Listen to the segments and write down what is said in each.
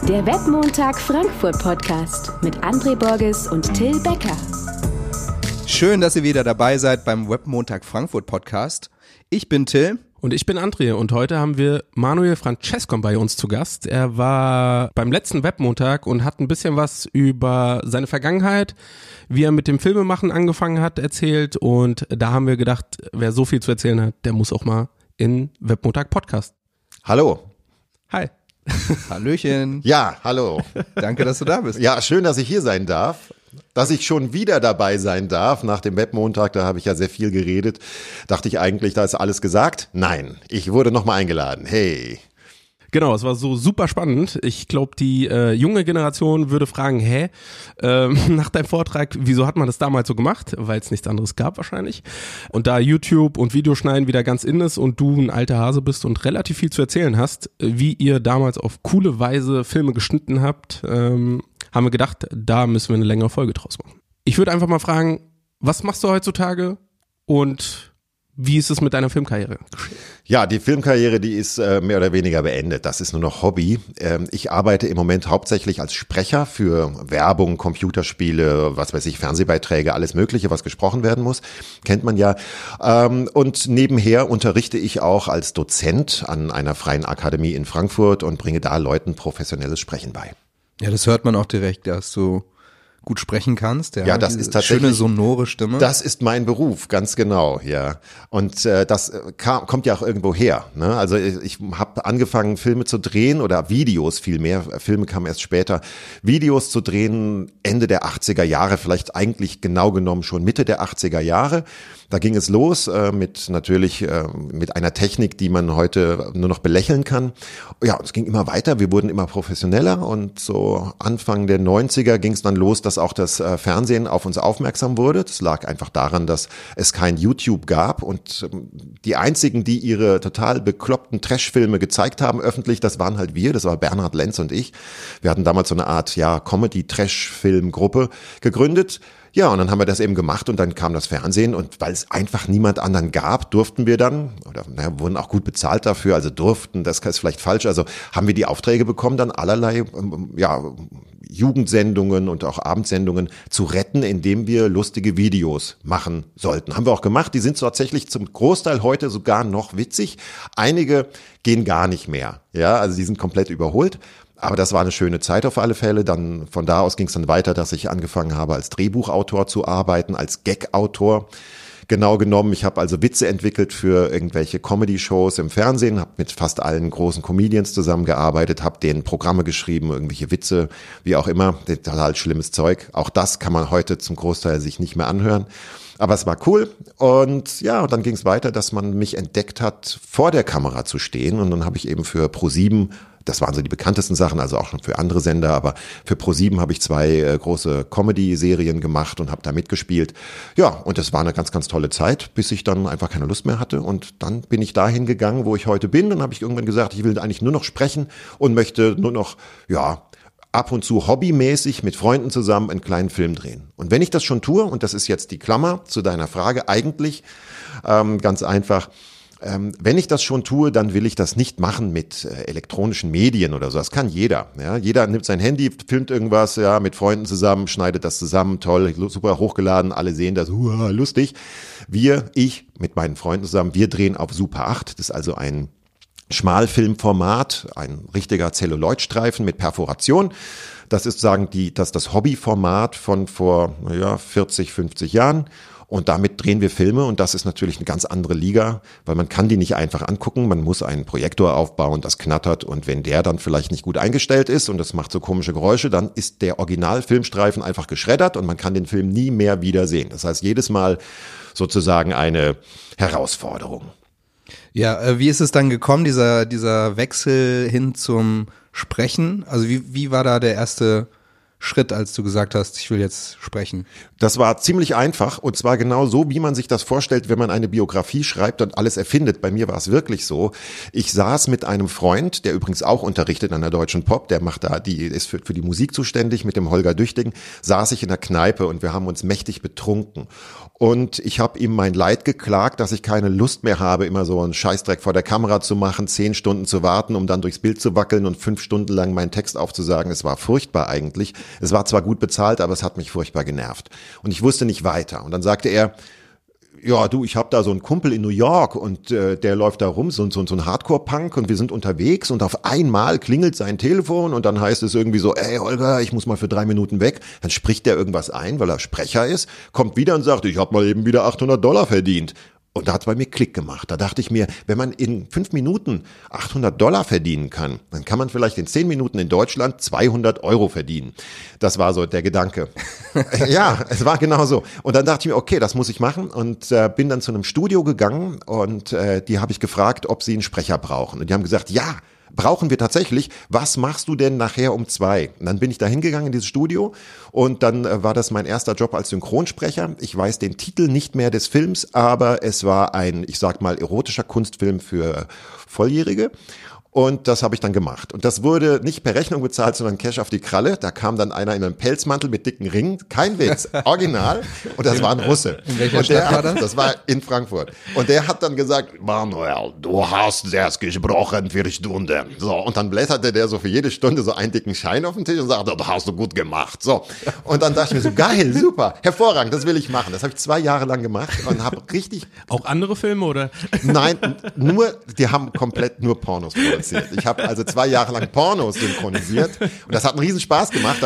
Der Webmontag Frankfurt Podcast mit André Borges und Till Becker. Schön, dass ihr wieder dabei seid beim Webmontag Frankfurt Podcast. Ich bin Till. Und ich bin André und heute haben wir Manuel Francescon bei uns zu Gast. Er war beim letzten Webmontag und hat ein bisschen was über seine Vergangenheit, wie er mit dem Filmemachen angefangen hat, erzählt. Und da haben wir gedacht, wer so viel zu erzählen hat, der muss auch mal in Webmontag Podcast. Hallo. Hi. Hallöchen. Ja, hallo. Danke, dass du da bist. Ja, schön, dass ich hier sein darf. Dass ich schon wieder dabei sein darf nach dem Webmontag, da habe ich ja sehr viel geredet. Dachte ich eigentlich, da ist alles gesagt? Nein, ich wurde nochmal eingeladen. Hey. Genau, es war so super spannend. Ich glaube, die junge Generation würde fragen, nach deinem Vortrag, wieso hat man das damals so gemacht? Weil es nichts anderes gab wahrscheinlich. Und da YouTube und Videoschneiden wieder ganz in ist und du ein alter Hase bist und relativ viel zu erzählen hast, wie ihr damals auf coole Weise Filme geschnitten habt, haben wir gedacht, da müssen wir eine längere Folge draus machen. Ich würde einfach mal fragen, was machst du heutzutage und wie ist es mit deiner Filmkarriere geschehen? Ja, die Filmkarriere, die ist mehr oder weniger beendet. Das ist nur noch Hobby. Ich arbeite im Moment hauptsächlich als Sprecher für Werbung, Computerspiele, was weiß ich, Fernsehbeiträge, alles Mögliche, was gesprochen werden muss. Kennt man ja. Und nebenher unterrichte ich auch als Dozent an einer freien Akademie in Frankfurt und bringe da Leuten professionelles Sprechen bei. Ja, das hört man auch direkt, dass du gut sprechen kannst. Ja, das ist tatsächlich schöne sonore Stimme. Das ist mein Beruf, ganz genau, ja. Und das kommt ja auch irgendwo her. Ne? Also ich habe angefangen, Filme zu drehen oder Videos vielmehr. Filme kamen erst später. Videos zu drehen Ende der 80er Jahre, vielleicht eigentlich genau genommen schon Mitte der 80er Jahre. Da ging es los mit einer Technik, die man heute nur noch belächeln kann. Ja, es ging immer weiter. Wir wurden immer professioneller und so Anfang der 90er ging es dann los, dass auch das Fernsehen auf uns aufmerksam wurde. Das lag einfach daran, dass es kein YouTube gab und die einzigen, die ihre total bekloppten Trashfilme gezeigt haben öffentlich, das waren halt wir. Das war Bernhard Lenz und ich. Wir hatten damals so eine Art Comedy-Trash-Film-Gruppe gegründet. Ja, und dann haben wir das eben gemacht und dann kam das Fernsehen und weil es einfach niemand anderen gab, durften wir dann, wurden auch gut bezahlt dafür, also durften, das ist vielleicht falsch, also haben wir die Aufträge bekommen, dann allerlei, Jugendsendungen und auch Abendsendungen zu retten, indem wir lustige Videos machen sollten. Haben wir auch gemacht, die sind tatsächlich zum Großteil heute sogar noch witzig, einige gehen gar nicht mehr, ja, also die sind komplett überholt. Aber das war eine schöne Zeit auf alle Fälle. Dann von da aus ging es dann weiter, dass ich angefangen habe, als Drehbuchautor zu arbeiten, als Gag-Autor. Genau genommen, ich habe also Witze entwickelt für irgendwelche Comedy-Shows im Fernsehen, habe mit fast allen großen Comedians zusammengearbeitet, habe denen Programme geschrieben, irgendwelche Witze, wie auch immer, total schlimmes Zeug. Auch das kann man heute zum Großteil sich nicht mehr anhören. Aber es war cool und ja, und dann ging es weiter, dass man mich entdeckt hat, vor der Kamera zu stehen und dann habe ich eben für ProSieben, das waren so die bekanntesten Sachen, also auch schon für andere Sender, aber für ProSieben habe ich 2 große Comedy-Serien gemacht und habe da mitgespielt. Ja, und das war eine ganz, ganz tolle Zeit, bis ich dann einfach keine Lust mehr hatte und dann bin ich dahin gegangen, wo ich heute bin. Dann habe ich irgendwann gesagt, ich will eigentlich nur noch sprechen und möchte nur noch, ab und zu hobbymäßig mit Freunden zusammen einen kleinen Film drehen. Und wenn ich das schon tue, und das ist jetzt die Klammer zu deiner Frage, eigentlich ganz einfach, wenn ich das schon tue, dann will ich das nicht machen mit elektronischen Medien oder so. Das kann jeder. Ja? Jeder nimmt sein Handy, filmt irgendwas, ja, mit Freunden zusammen, schneidet das zusammen, toll, super hochgeladen, alle sehen das, lustig. Ich mit meinen Freunden zusammen, wir drehen auf Super 8. Das ist also ein Schmalfilmformat, ein richtiger Zelluloidstreifen mit Perforation. Das ist das Hobbyformat von vor 40, 50 Jahren. Und damit drehen wir Filme und das ist natürlich eine ganz andere Liga, weil man kann die nicht einfach angucken, man muss einen Projektor aufbauen, das knattert und wenn der dann vielleicht nicht gut eingestellt ist und das macht so komische Geräusche, dann ist der Originalfilmstreifen einfach geschreddert und man kann den Film nie mehr wieder sehen. Das heißt, jedes Mal sozusagen eine Herausforderung. Ja, wie ist es dann gekommen, dieser Wechsel hin zum Sprechen? Also wie war da der erste Schritt, als du gesagt hast, ich will jetzt sprechen? Das war ziemlich einfach und zwar genau so, wie man sich das vorstellt, wenn man eine Biografie schreibt und alles erfindet. Bei mir war es wirklich so. Ich saß mit einem Freund, der übrigens auch unterrichtet an der Deutschen Pop, der macht da ist für die Musik zuständig, mit dem Holger Düchtigen, saß ich in der Kneipe und wir haben uns mächtig betrunken. Und ich habe ihm mein Leid geklagt, dass ich keine Lust mehr habe, immer so einen Scheißdreck vor der Kamera zu machen, 10 Stunden zu warten, um dann durchs Bild zu wackeln und 5 Stunden lang meinen Text aufzusagen. Es war furchtbar eigentlich. Es war zwar gut bezahlt, aber es hat mich furchtbar genervt. Und ich wusste nicht weiter. Und dann sagte er, ja du, ich habe da so einen Kumpel in New York und der läuft da rum, so ein Hardcore-Punk und wir sind unterwegs und auf einmal klingelt sein Telefon und dann heißt es irgendwie so, ey Holger, ich muss mal für 3 Minuten weg. Dann spricht der irgendwas ein, weil er Sprecher ist, kommt wieder und sagt, ich habe mal eben wieder $800 verdient. Und da hat es bei mir Klick gemacht. Da dachte ich mir, wenn man in 5 Minuten $800 verdienen kann, dann kann man vielleicht in 10 Minuten in Deutschland 200 € verdienen. Das war so der Gedanke. Ja, es war genau so. Und dann dachte ich mir, okay, das muss ich machen und bin dann zu einem Studio gegangen und die habe ich gefragt, ob sie einen Sprecher brauchen. Und die haben gesagt, ja, brauchen wir tatsächlich. Was machst du denn nachher um 2? Und dann bin ich da hingegangen in dieses Studio und dann war das mein erster Job als Synchronsprecher. Ich weiß den Titel nicht mehr des Films, aber es war ein, ich sag mal, erotischer Kunstfilm für Volljährige. Und das habe ich dann gemacht. Und das wurde nicht per Rechnung bezahlt, sondern Cash auf die Kralle. Da kam dann einer in einem Pelzmantel mit dicken Ringen. Kein Witz, original. Und das war ein Russe. In welcher Stadt war das? Das war in Frankfurt. Und der hat dann gesagt, Manuel, du hast das gesprochen für Stunden. So, und dann blätterte der so für jede Stunde so einen dicken Schein auf den Tisch und sagte, das hast du gut gemacht. So. Und dann dachte ich mir so, geil, super, hervorragend, das will ich machen. Das habe ich 2 Jahre lang gemacht und habe richtig... Auch andere Filme, oder? Nein, die haben komplett nur Pornos produziert. Ich habe also 2 Jahre lang Pornos synchronisiert und das hat einen riesen Spaß gemacht.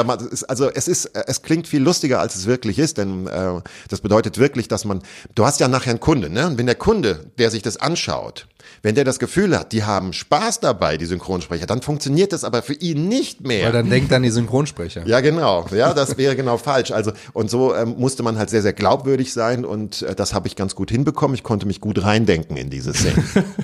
Es klingt viel lustiger, als es wirklich ist, denn das bedeutet wirklich, dass du hast ja nachher einen Kunde, ne? Und wenn der Kunde, der sich das anschaut, wenn der das Gefühl hat, die haben Spaß dabei, die Synchronsprecher, dann funktioniert das aber für ihn nicht mehr. Weil dann denkt an die Synchronsprecher. Ja, genau. Ja, das wäre genau falsch. Also, und so musste man halt sehr, sehr glaubwürdig sein und das habe ich ganz gut hinbekommen. Ich konnte mich gut reindenken in diese Szene.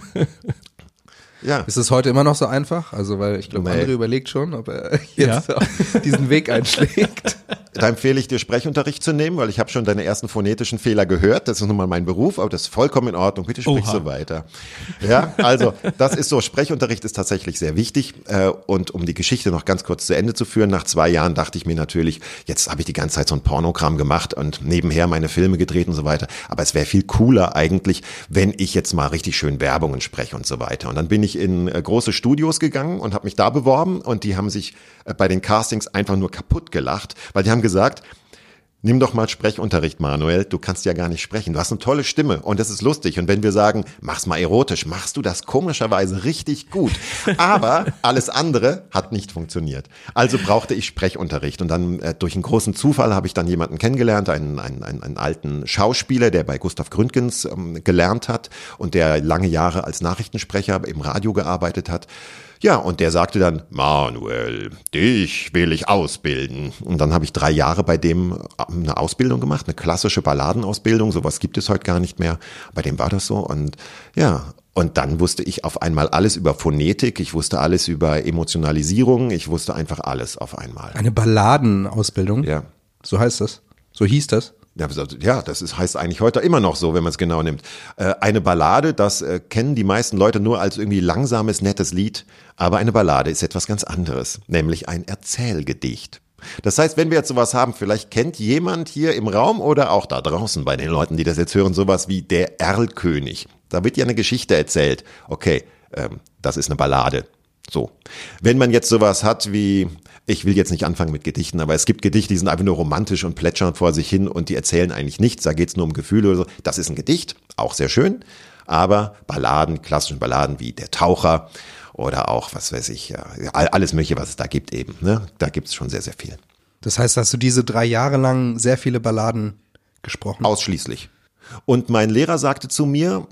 Ja. Ist es heute immer noch so einfach? Also, weil ich glaube, André überlegt schon, ob er jetzt diesen Weg einschlägt. Da empfehle ich dir, Sprechunterricht zu nehmen, weil ich habe schon deine ersten phonetischen Fehler gehört. Das ist nun mal mein Beruf, aber das ist vollkommen in Ordnung. Bitte sprich so weiter. Ja, also das ist so, Sprechunterricht ist tatsächlich sehr wichtig. Und um die Geschichte noch ganz kurz zu Ende zu führen, nach 2 Jahren dachte ich mir natürlich, jetzt habe ich die ganze Zeit so ein Pornogramm gemacht und nebenher meine Filme gedreht und so weiter. Aber es wäre viel cooler eigentlich, wenn ich jetzt mal richtig schön Werbungen spreche und so weiter. Und dann bin ich in große Studios gegangen und habe mich da beworben und die haben sich bei den Castings einfach nur kaputt gelacht, weil die haben gesagt, nimm doch mal Sprechunterricht, Manuel, du kannst ja gar nicht sprechen, du hast eine tolle Stimme und das ist lustig und wenn wir sagen, mach's mal erotisch, machst du das komischerweise richtig gut, aber alles andere hat nicht funktioniert. Also brauchte ich Sprechunterricht und dann durch einen großen Zufall habe ich dann jemanden kennengelernt, einen alten Schauspieler, der bei Gustav Gründgens gelernt hat und der lange Jahre als Nachrichtensprecher im Radio gearbeitet hat. Ja, und der sagte dann, Manuel, dich will ich ausbilden. Und dann habe ich 3 Jahre bei dem eine Ausbildung gemacht, eine klassische Balladenausbildung. Sowas gibt es heute gar nicht mehr. Bei dem war das so. Und ja, und dann wusste ich auf einmal alles über Phonetik. Ich wusste alles über Emotionalisierung. Ich wusste einfach alles auf einmal. Eine Balladenausbildung? Ja. So heißt das? So hieß das? Ja, heißt eigentlich heute immer noch so, wenn man es genau nimmt. Eine Ballade, das kennen die meisten Leute nur als irgendwie langsames, nettes Lied. Aber eine Ballade ist etwas ganz anderes, nämlich ein Erzählgedicht. Das heißt, wenn wir jetzt sowas haben, vielleicht kennt jemand hier im Raum oder auch da draußen bei den Leuten, die das jetzt hören, sowas wie der Erlkönig. Da wird ja eine Geschichte erzählt. Okay, das ist eine Ballade. So. Wenn man jetzt sowas hat wie, ich will jetzt nicht anfangen mit Gedichten, aber es gibt Gedichte, die sind einfach nur romantisch und plätschern vor sich hin und die erzählen eigentlich nichts, da geht's nur um Gefühle oder so. Das ist ein Gedicht, auch sehr schön, aber Balladen, klassischen Balladen wie Der Taucher oder auch, was weiß ich, ja, alles Mögliche, was es da gibt eben, ne? Da gibt's schon sehr, sehr viel. Das heißt, hast du diese 3 Jahre lang sehr viele Balladen gesprochen? Ausschließlich. Und mein Lehrer sagte zu mir,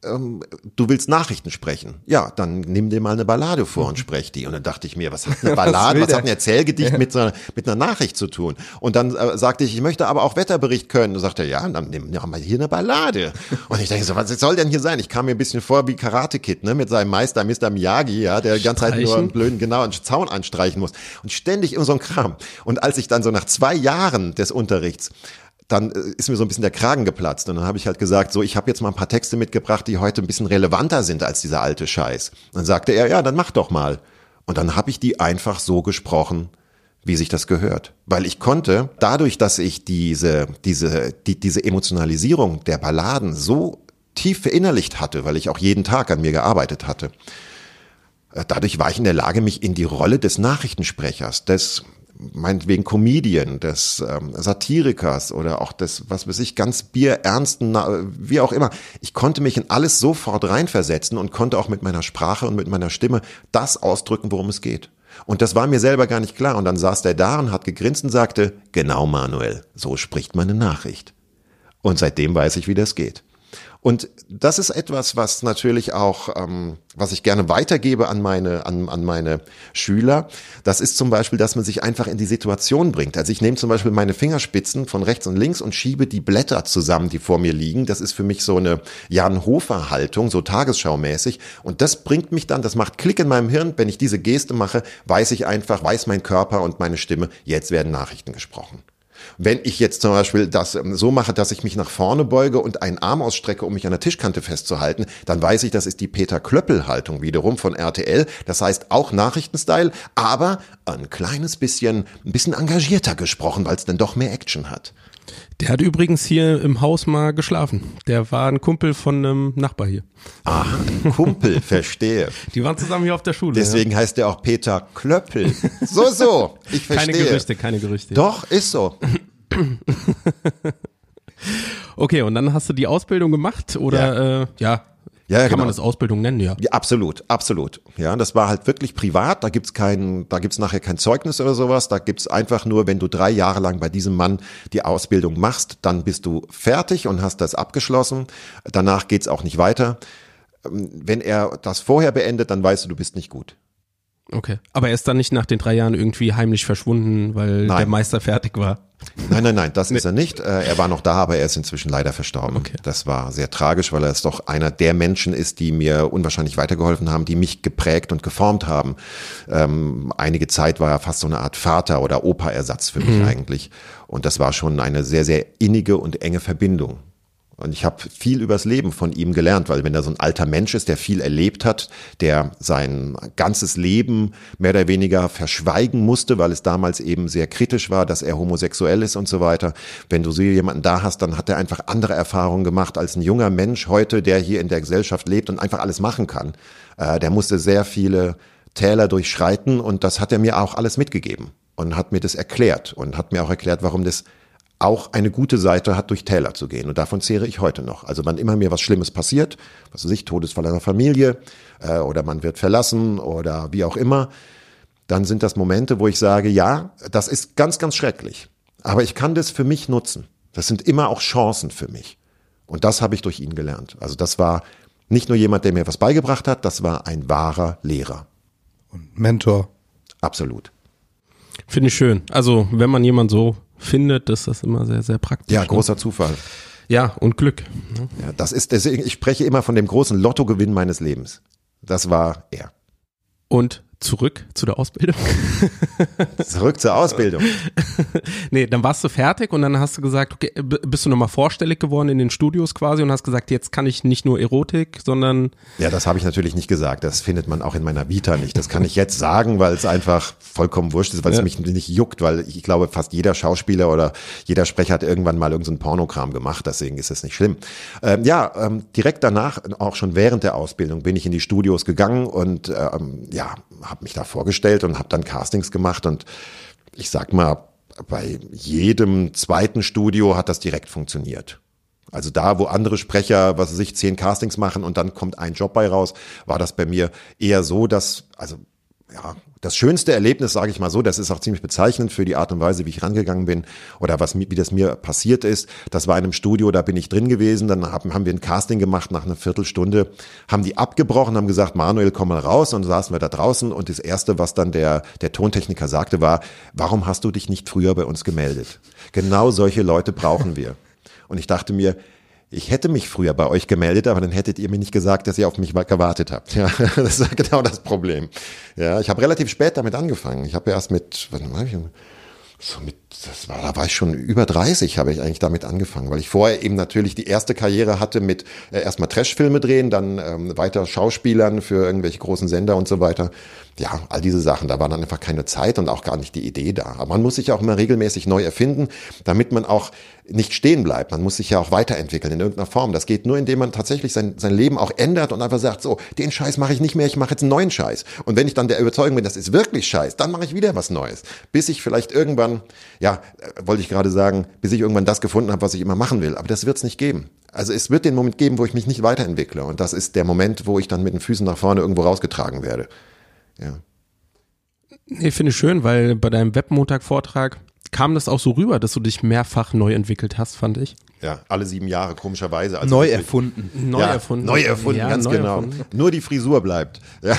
du willst Nachrichten sprechen. Ja, dann nimm dir mal eine Ballade vor und sprech die. Und dann dachte ich mir, was hat eine Ballade, was hat ein Erzählgedicht mit einer Nachricht zu tun? Und dann sagte ich möchte aber auch Wetterbericht können. Und sagte er, ja, dann nimm mal hier eine Ballade. Und ich denke so, was soll denn hier sein? Ich kam mir ein bisschen vor wie Karate Kid, ne, mit seinem Meister Mr. Miyagi, ja, der die ganze Zeit nur einen blöden, einen Zaun anstreichen muss. Und ständig immer so ein Kram. Und als ich dann so nach 2 Jahren des Unterrichts dann ist mir so ein bisschen der Kragen geplatzt und dann habe ich halt gesagt, so, ich habe jetzt mal ein paar Texte mitgebracht, die heute ein bisschen relevanter sind als dieser alte Scheiß. Dann sagte er, ja, dann mach doch mal. Und dann habe ich die einfach so gesprochen, wie sich das gehört. Weil ich konnte, dadurch, dass ich diese Emotionalisierung der Balladen so tief verinnerlicht hatte, weil ich auch jeden Tag an mir gearbeitet hatte, dadurch war ich in der Lage, mich in die Rolle des Nachrichtensprechers, des meinetwegen Comedian, des Satirikers oder auch des, was weiß ich, ganz bierernsten, wie auch immer. Ich konnte mich in alles sofort reinversetzen und konnte auch mit meiner Sprache und mit meiner Stimme das ausdrücken, worum es geht. Und das war mir selber gar nicht klar. Und dann saß der da und hat gegrinst und sagte, genau Manuel, so spricht man eine Nachricht. Und seitdem weiß ich, wie das geht. Und das ist etwas, was natürlich auch, was ich gerne weitergebe an meine Schüler. Das ist zum Beispiel, dass man sich einfach in die Situation bringt. Also ich nehme zum Beispiel meine Fingerspitzen von rechts und links und schiebe die Blätter zusammen, die vor mir liegen. Das ist für mich so eine Jan-Hofer-Haltung, so tagesschaumäßig. Und das bringt mich dann, das macht Klick in meinem Hirn. Wenn ich diese Geste mache, weiß mein Körper und meine Stimme, jetzt werden Nachrichten gesprochen. Wenn ich jetzt zum Beispiel das so mache, dass ich mich nach vorne beuge und einen Arm ausstrecke, um mich an der Tischkante festzuhalten, dann weiß ich, das ist die Peter-Klöppel-Haltung wiederum von RTL. Das heißt auch Nachrichtenstyle, aber ein bisschen engagierter gesprochen, weil es dann doch mehr Action hat. Der hat übrigens hier im Haus mal geschlafen. Der war ein Kumpel von einem Nachbar hier. Ah, ein Kumpel, verstehe. Die waren zusammen hier auf der Schule. Deswegen heißt der auch Peter Klöppel. So, ich verstehe. Keine Gerüchte. Doch, ist so. Okay, und dann hast du die Ausbildung gemacht oder Ja, kann genau. man das Ausbildung nennen, ja? Ja, absolut. Ja, das war halt wirklich privat. Da gibt's nachher kein Zeugnis oder sowas. Da gibt's einfach nur, wenn du 3 Jahre lang bei diesem Mann die Ausbildung machst, dann bist du fertig und hast das abgeschlossen. Danach geht's auch nicht weiter. Wenn er das vorher beendet, dann weißt du bist nicht gut. Okay. Aber er ist dann nicht nach den 3 Jahren irgendwie heimlich verschwunden, weil der Meister fertig war? Nein, das ist er nicht. Er war noch da, aber er ist inzwischen leider verstorben. Okay. Das war sehr tragisch, weil er es doch einer der Menschen ist, die mir unwahrscheinlich weitergeholfen haben, die mich geprägt und geformt haben. Einige Zeit war er fast so eine Art Vater- oder Opa-Ersatz für mich eigentlich. Und das war schon eine sehr, sehr innige und enge Verbindung. Und ich habe viel übers Leben von ihm gelernt, weil wenn er so ein alter Mensch ist, der viel erlebt hat, der sein ganzes Leben mehr oder weniger verschweigen musste, weil es damals eben sehr kritisch war, dass er homosexuell ist und so weiter. Wenn du so jemanden da hast, dann hat er einfach andere Erfahrungen gemacht als ein junger Mensch heute, der hier in der Gesellschaft lebt und einfach alles machen kann. Der musste sehr viele Täler durchschreiten und das hat er mir auch alles mitgegeben und hat mir das erklärt und hat mir auch erklärt, warum das auch eine gute Seite hat, durch Täler zu gehen. Und davon zehre ich heute noch. Also wann immer mir was Schlimmes passiert, was weiß ich, Todesfall einer Familie oder man wird verlassen oder wie auch immer, dann sind das Momente, wo ich sage, ja, das ist ganz, ganz schrecklich. Aber ich kann das für mich nutzen. Das sind immer auch Chancen für mich. Und das habe ich durch ihn gelernt. Also das war nicht nur jemand, der mir was beigebracht hat, das war ein wahrer Lehrer. Und Mentor. Absolut. Finde ich schön. Also wenn man jemanden so findet, ist das immer sehr, sehr praktisch. Ja, großer Zufall. Ja, und Glück. Ja, das ist deswegen, ich spreche immer von dem großen Lottogewinn meines Lebens. Das war er. Und zurück zu der Ausbildung. Zurück zur Ausbildung. Nee, dann warst du fertig und dann hast du gesagt, okay, bist du nochmal vorstellig geworden in den Studios quasi und hast gesagt, jetzt kann ich nicht nur Erotik, sondern... Ja, das habe ich natürlich nicht gesagt. Das findet man auch in meiner Vita nicht. Das kann ich jetzt sagen, weil es einfach vollkommen wurscht ist, weil es mich nicht juckt, weil ich glaube, fast jeder Schauspieler oder jeder Sprecher hat irgendwann mal irgendeinen Pornokram gemacht, deswegen ist es nicht schlimm. Direkt danach, auch schon während der Ausbildung, bin ich in die Studios gegangen und habe mich da vorgestellt und habe dann Castings gemacht und ich sag mal, bei jedem zweiten Studio hat das direkt funktioniert. Also da, wo andere Sprecher, 10 Castings machen und dann kommt ein Job bei raus, war das bei mir eher so, dass, also das schönste Erlebnis, sage ich mal so, das ist auch ziemlich bezeichnend für die Art und Weise, wie ich rangegangen bin oder wie das mir passiert ist. Das war in einem Studio, da bin ich drin gewesen, dann haben wir ein Casting gemacht, nach einer Viertelstunde haben die abgebrochen, haben gesagt, Manuel, komm mal raus, und dann saßen wir da draußen und das Erste, was dann der Tontechniker sagte, war, warum hast du dich nicht früher bei uns gemeldet? Genau solche Leute brauchen wir. Und ich dachte mir, ich hätte mich früher bei euch gemeldet, aber dann hättet ihr mir nicht gesagt, dass ihr auf mich gewartet habt. Ja, das ist genau das Problem. Ja, ich habe relativ spät damit angefangen. Ich habe erst da war ich schon über 30, habe ich eigentlich damit angefangen, weil ich vorher eben natürlich die erste Karriere hatte mit erstmal Trashfilme drehen, dann weiter Schauspielern für irgendwelche großen Sender und so weiter. Ja, all diese Sachen, da war dann einfach keine Zeit und auch gar nicht die Idee da. Aber man muss sich auch immer regelmäßig neu erfinden, damit man auch nicht stehen bleibt. Man muss sich ja auch weiterentwickeln in irgendeiner Form. Das geht nur, indem man tatsächlich sein Leben auch ändert und einfach sagt, so, den Scheiß mache ich nicht mehr, ich mache jetzt einen neuen Scheiß. Und wenn ich dann der Überzeugung bin, das ist wirklich Scheiß, dann mache ich wieder was Neues. Bis ich vielleicht irgendwann, wollte ich gerade sagen, bis ich irgendwann das gefunden habe, was ich immer machen will. Aber das wird es nicht geben. Also es wird den Moment geben, wo ich mich nicht weiterentwickle. Und das ist der Moment, wo ich dann mit den Füßen nach vorne irgendwo rausgetragen werde. Ja. Nee, finde ich schön, weil bei deinem Webmontag-Vortrag kam das auch so rüber, dass du dich mehrfach neu entwickelt hast, fand ich. Ja, alle 7 Jahre, komischerweise. Also neu erfunden. Neu erfunden, ganz genau. Erfunden. Nur die Frisur bleibt. Ja,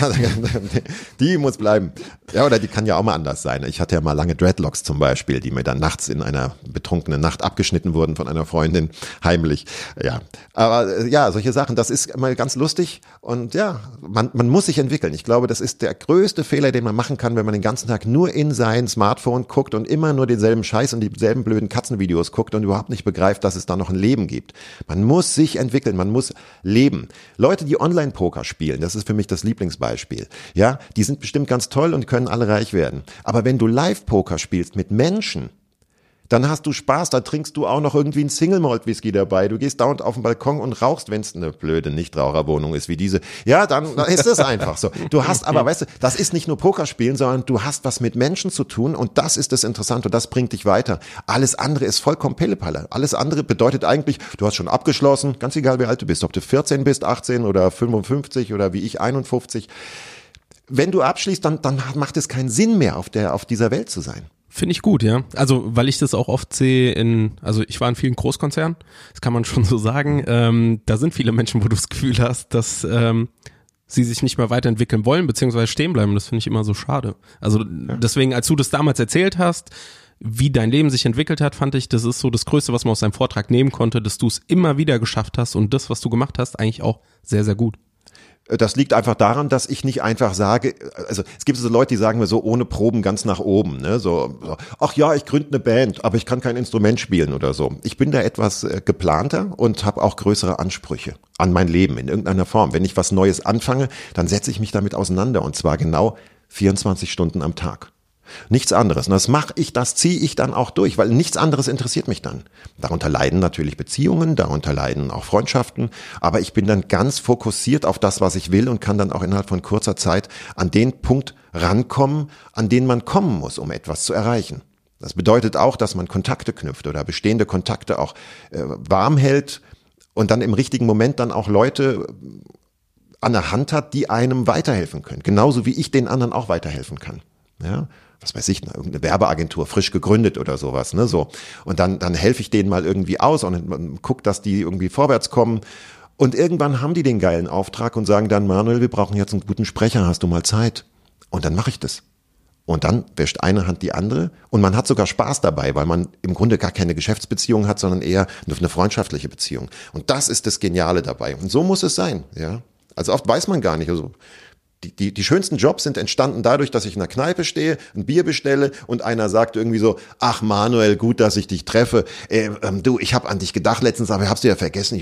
die muss bleiben. Ja, oder die kann ja auch mal anders sein. Ich hatte ja mal lange Dreadlocks zum Beispiel, die mir dann nachts in einer betrunkenen Nacht abgeschnitten wurden von einer Freundin, heimlich. Ja, aber ja, solche Sachen, das ist immer ganz lustig. Und ja, man muss sich entwickeln. Ich glaube, das ist der größte Fehler, den man machen kann, wenn man den ganzen Tag nur in sein Smartphone guckt und immer nur denselben Scheiß und dieselben blöden Katzenvideos guckt und überhaupt nicht begreift, dass es da noch ein Leben gibt. Man muss sich entwickeln, man muss leben. Leute, die Online-Poker spielen, das ist für mich das Lieblingsbeispiel. Ja, die sind bestimmt ganz toll und können alle reich werden. Aber wenn du Live-Poker spielst mit Menschen, dann hast du Spaß, da trinkst du auch noch irgendwie einen Single-Malt-Whisky dabei. Du gehst dauernd auf den Balkon und rauchst, wenn es eine blöde Nichtraucherwohnung ist wie diese. Ja, dann ist das einfach so. Du hast aber, weißt du, das ist nicht nur Pokerspielen, sondern du hast was mit Menschen zu tun und das ist das Interessante und das bringt dich weiter. Alles andere ist vollkommen Pillepalle. Alles andere bedeutet eigentlich, du hast schon abgeschlossen, ganz egal wie alt du bist, ob du 14 bist, 18 oder 55 oder wie ich 51. Wenn du abschließt, dann macht es keinen Sinn mehr, auf dieser Welt zu sein. Finde ich gut, ja. Also, weil ich das auch oft sehe also ich war in vielen Großkonzernen, das kann man schon so sagen. Da sind viele Menschen, wo du das Gefühl hast, dass sie sich nicht mehr weiterentwickeln wollen, beziehungsweise stehen bleiben. Das finde ich immer so schade. Also deswegen, als du das damals erzählt hast, wie dein Leben sich entwickelt hat, fand ich, das ist so das Größte, was man aus deinem Vortrag nehmen konnte, dass du es immer wieder geschafft hast und das, was du gemacht hast, eigentlich auch sehr, sehr gut. Das liegt einfach daran, dass ich nicht einfach sage, also es gibt so Leute, die sagen mir so ohne Proben ganz nach oben, ne, so ach ja, ich gründe eine Band, aber ich kann kein Instrument spielen oder so. Ich bin da etwas geplanter und habe auch größere Ansprüche an mein Leben in irgendeiner Form. Wenn ich was Neues anfange, dann setze ich mich damit auseinander und zwar genau 24 Stunden am Tag. Nichts anderes. Und das ziehe ich dann auch durch, weil nichts anderes interessiert mich dann. Darunter leiden natürlich Beziehungen, darunter leiden auch Freundschaften, aber ich bin dann ganz fokussiert auf das, was ich will und kann dann auch innerhalb von kurzer Zeit an den Punkt rankommen, an den man kommen muss, um etwas zu erreichen. Das bedeutet auch, dass man Kontakte knüpft oder bestehende Kontakte auch warm hält und dann im richtigen Moment dann auch Leute an der Hand hat, die einem weiterhelfen können. Genauso wie ich den anderen auch weiterhelfen kann. Ja, was weiß ich, irgendeine Werbeagentur, frisch gegründet oder sowas, ne, so. Und dann helfe ich denen mal irgendwie aus und guck, dass die irgendwie vorwärts kommen. Und irgendwann haben die den geilen Auftrag und sagen dann, Manuel, wir brauchen jetzt einen guten Sprecher, hast du mal Zeit? Und dann mache ich das. Und dann wäscht eine Hand die andere und man hat sogar Spaß dabei, weil man im Grunde gar keine Geschäftsbeziehung hat, sondern eher eine freundschaftliche Beziehung. Und das ist das Geniale dabei. Und so muss es sein, ja. Also oft weiß man gar nicht, also die schönsten Jobs sind entstanden dadurch, dass ich in einer Kneipe stehe, ein Bier bestelle und einer sagt irgendwie so, ach Manuel, gut, dass ich dich treffe. Du, ich habe an dich gedacht letztens, aber ich hab's dir ja vergessen.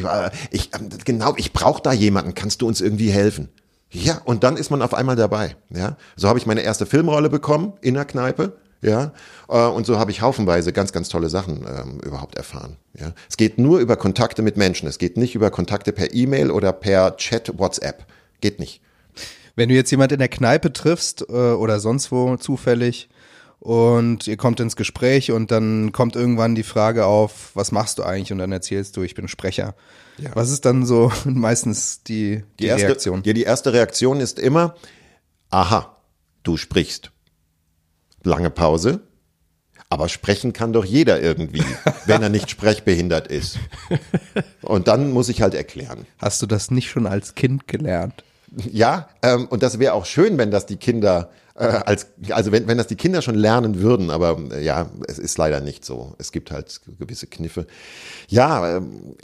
Ich brauche da jemanden, kannst du uns irgendwie helfen? Ja, und dann ist man auf einmal dabei. Ja, so habe ich meine erste Filmrolle bekommen in der Kneipe. Ja, und so habe ich haufenweise ganz, ganz tolle Sachen überhaupt erfahren. Ja, es geht nur über Kontakte mit Menschen. Es geht nicht über Kontakte per E-Mail oder per Chat, WhatsApp. Geht nicht. Wenn du jetzt jemand in der Kneipe triffst oder sonst wo zufällig und ihr kommt ins Gespräch und dann kommt irgendwann die Frage auf, was machst du eigentlich? Und dann erzählst du, ich bin Sprecher. Ja. Was ist dann so meistens die Reaktion? Ja, die erste Reaktion ist immer, aha, du sprichst. Lange Pause. Aber sprechen kann doch jeder irgendwie, wenn er nicht sprechbehindert ist. Und dann muss ich halt erklären. Hast du das nicht schon als Kind gelernt? Ja, und das wäre auch schön, wenn das die Kinder wenn das die Kinder schon lernen würden, aber ja, es ist leider nicht so. Es gibt halt gewisse Kniffe. Ja,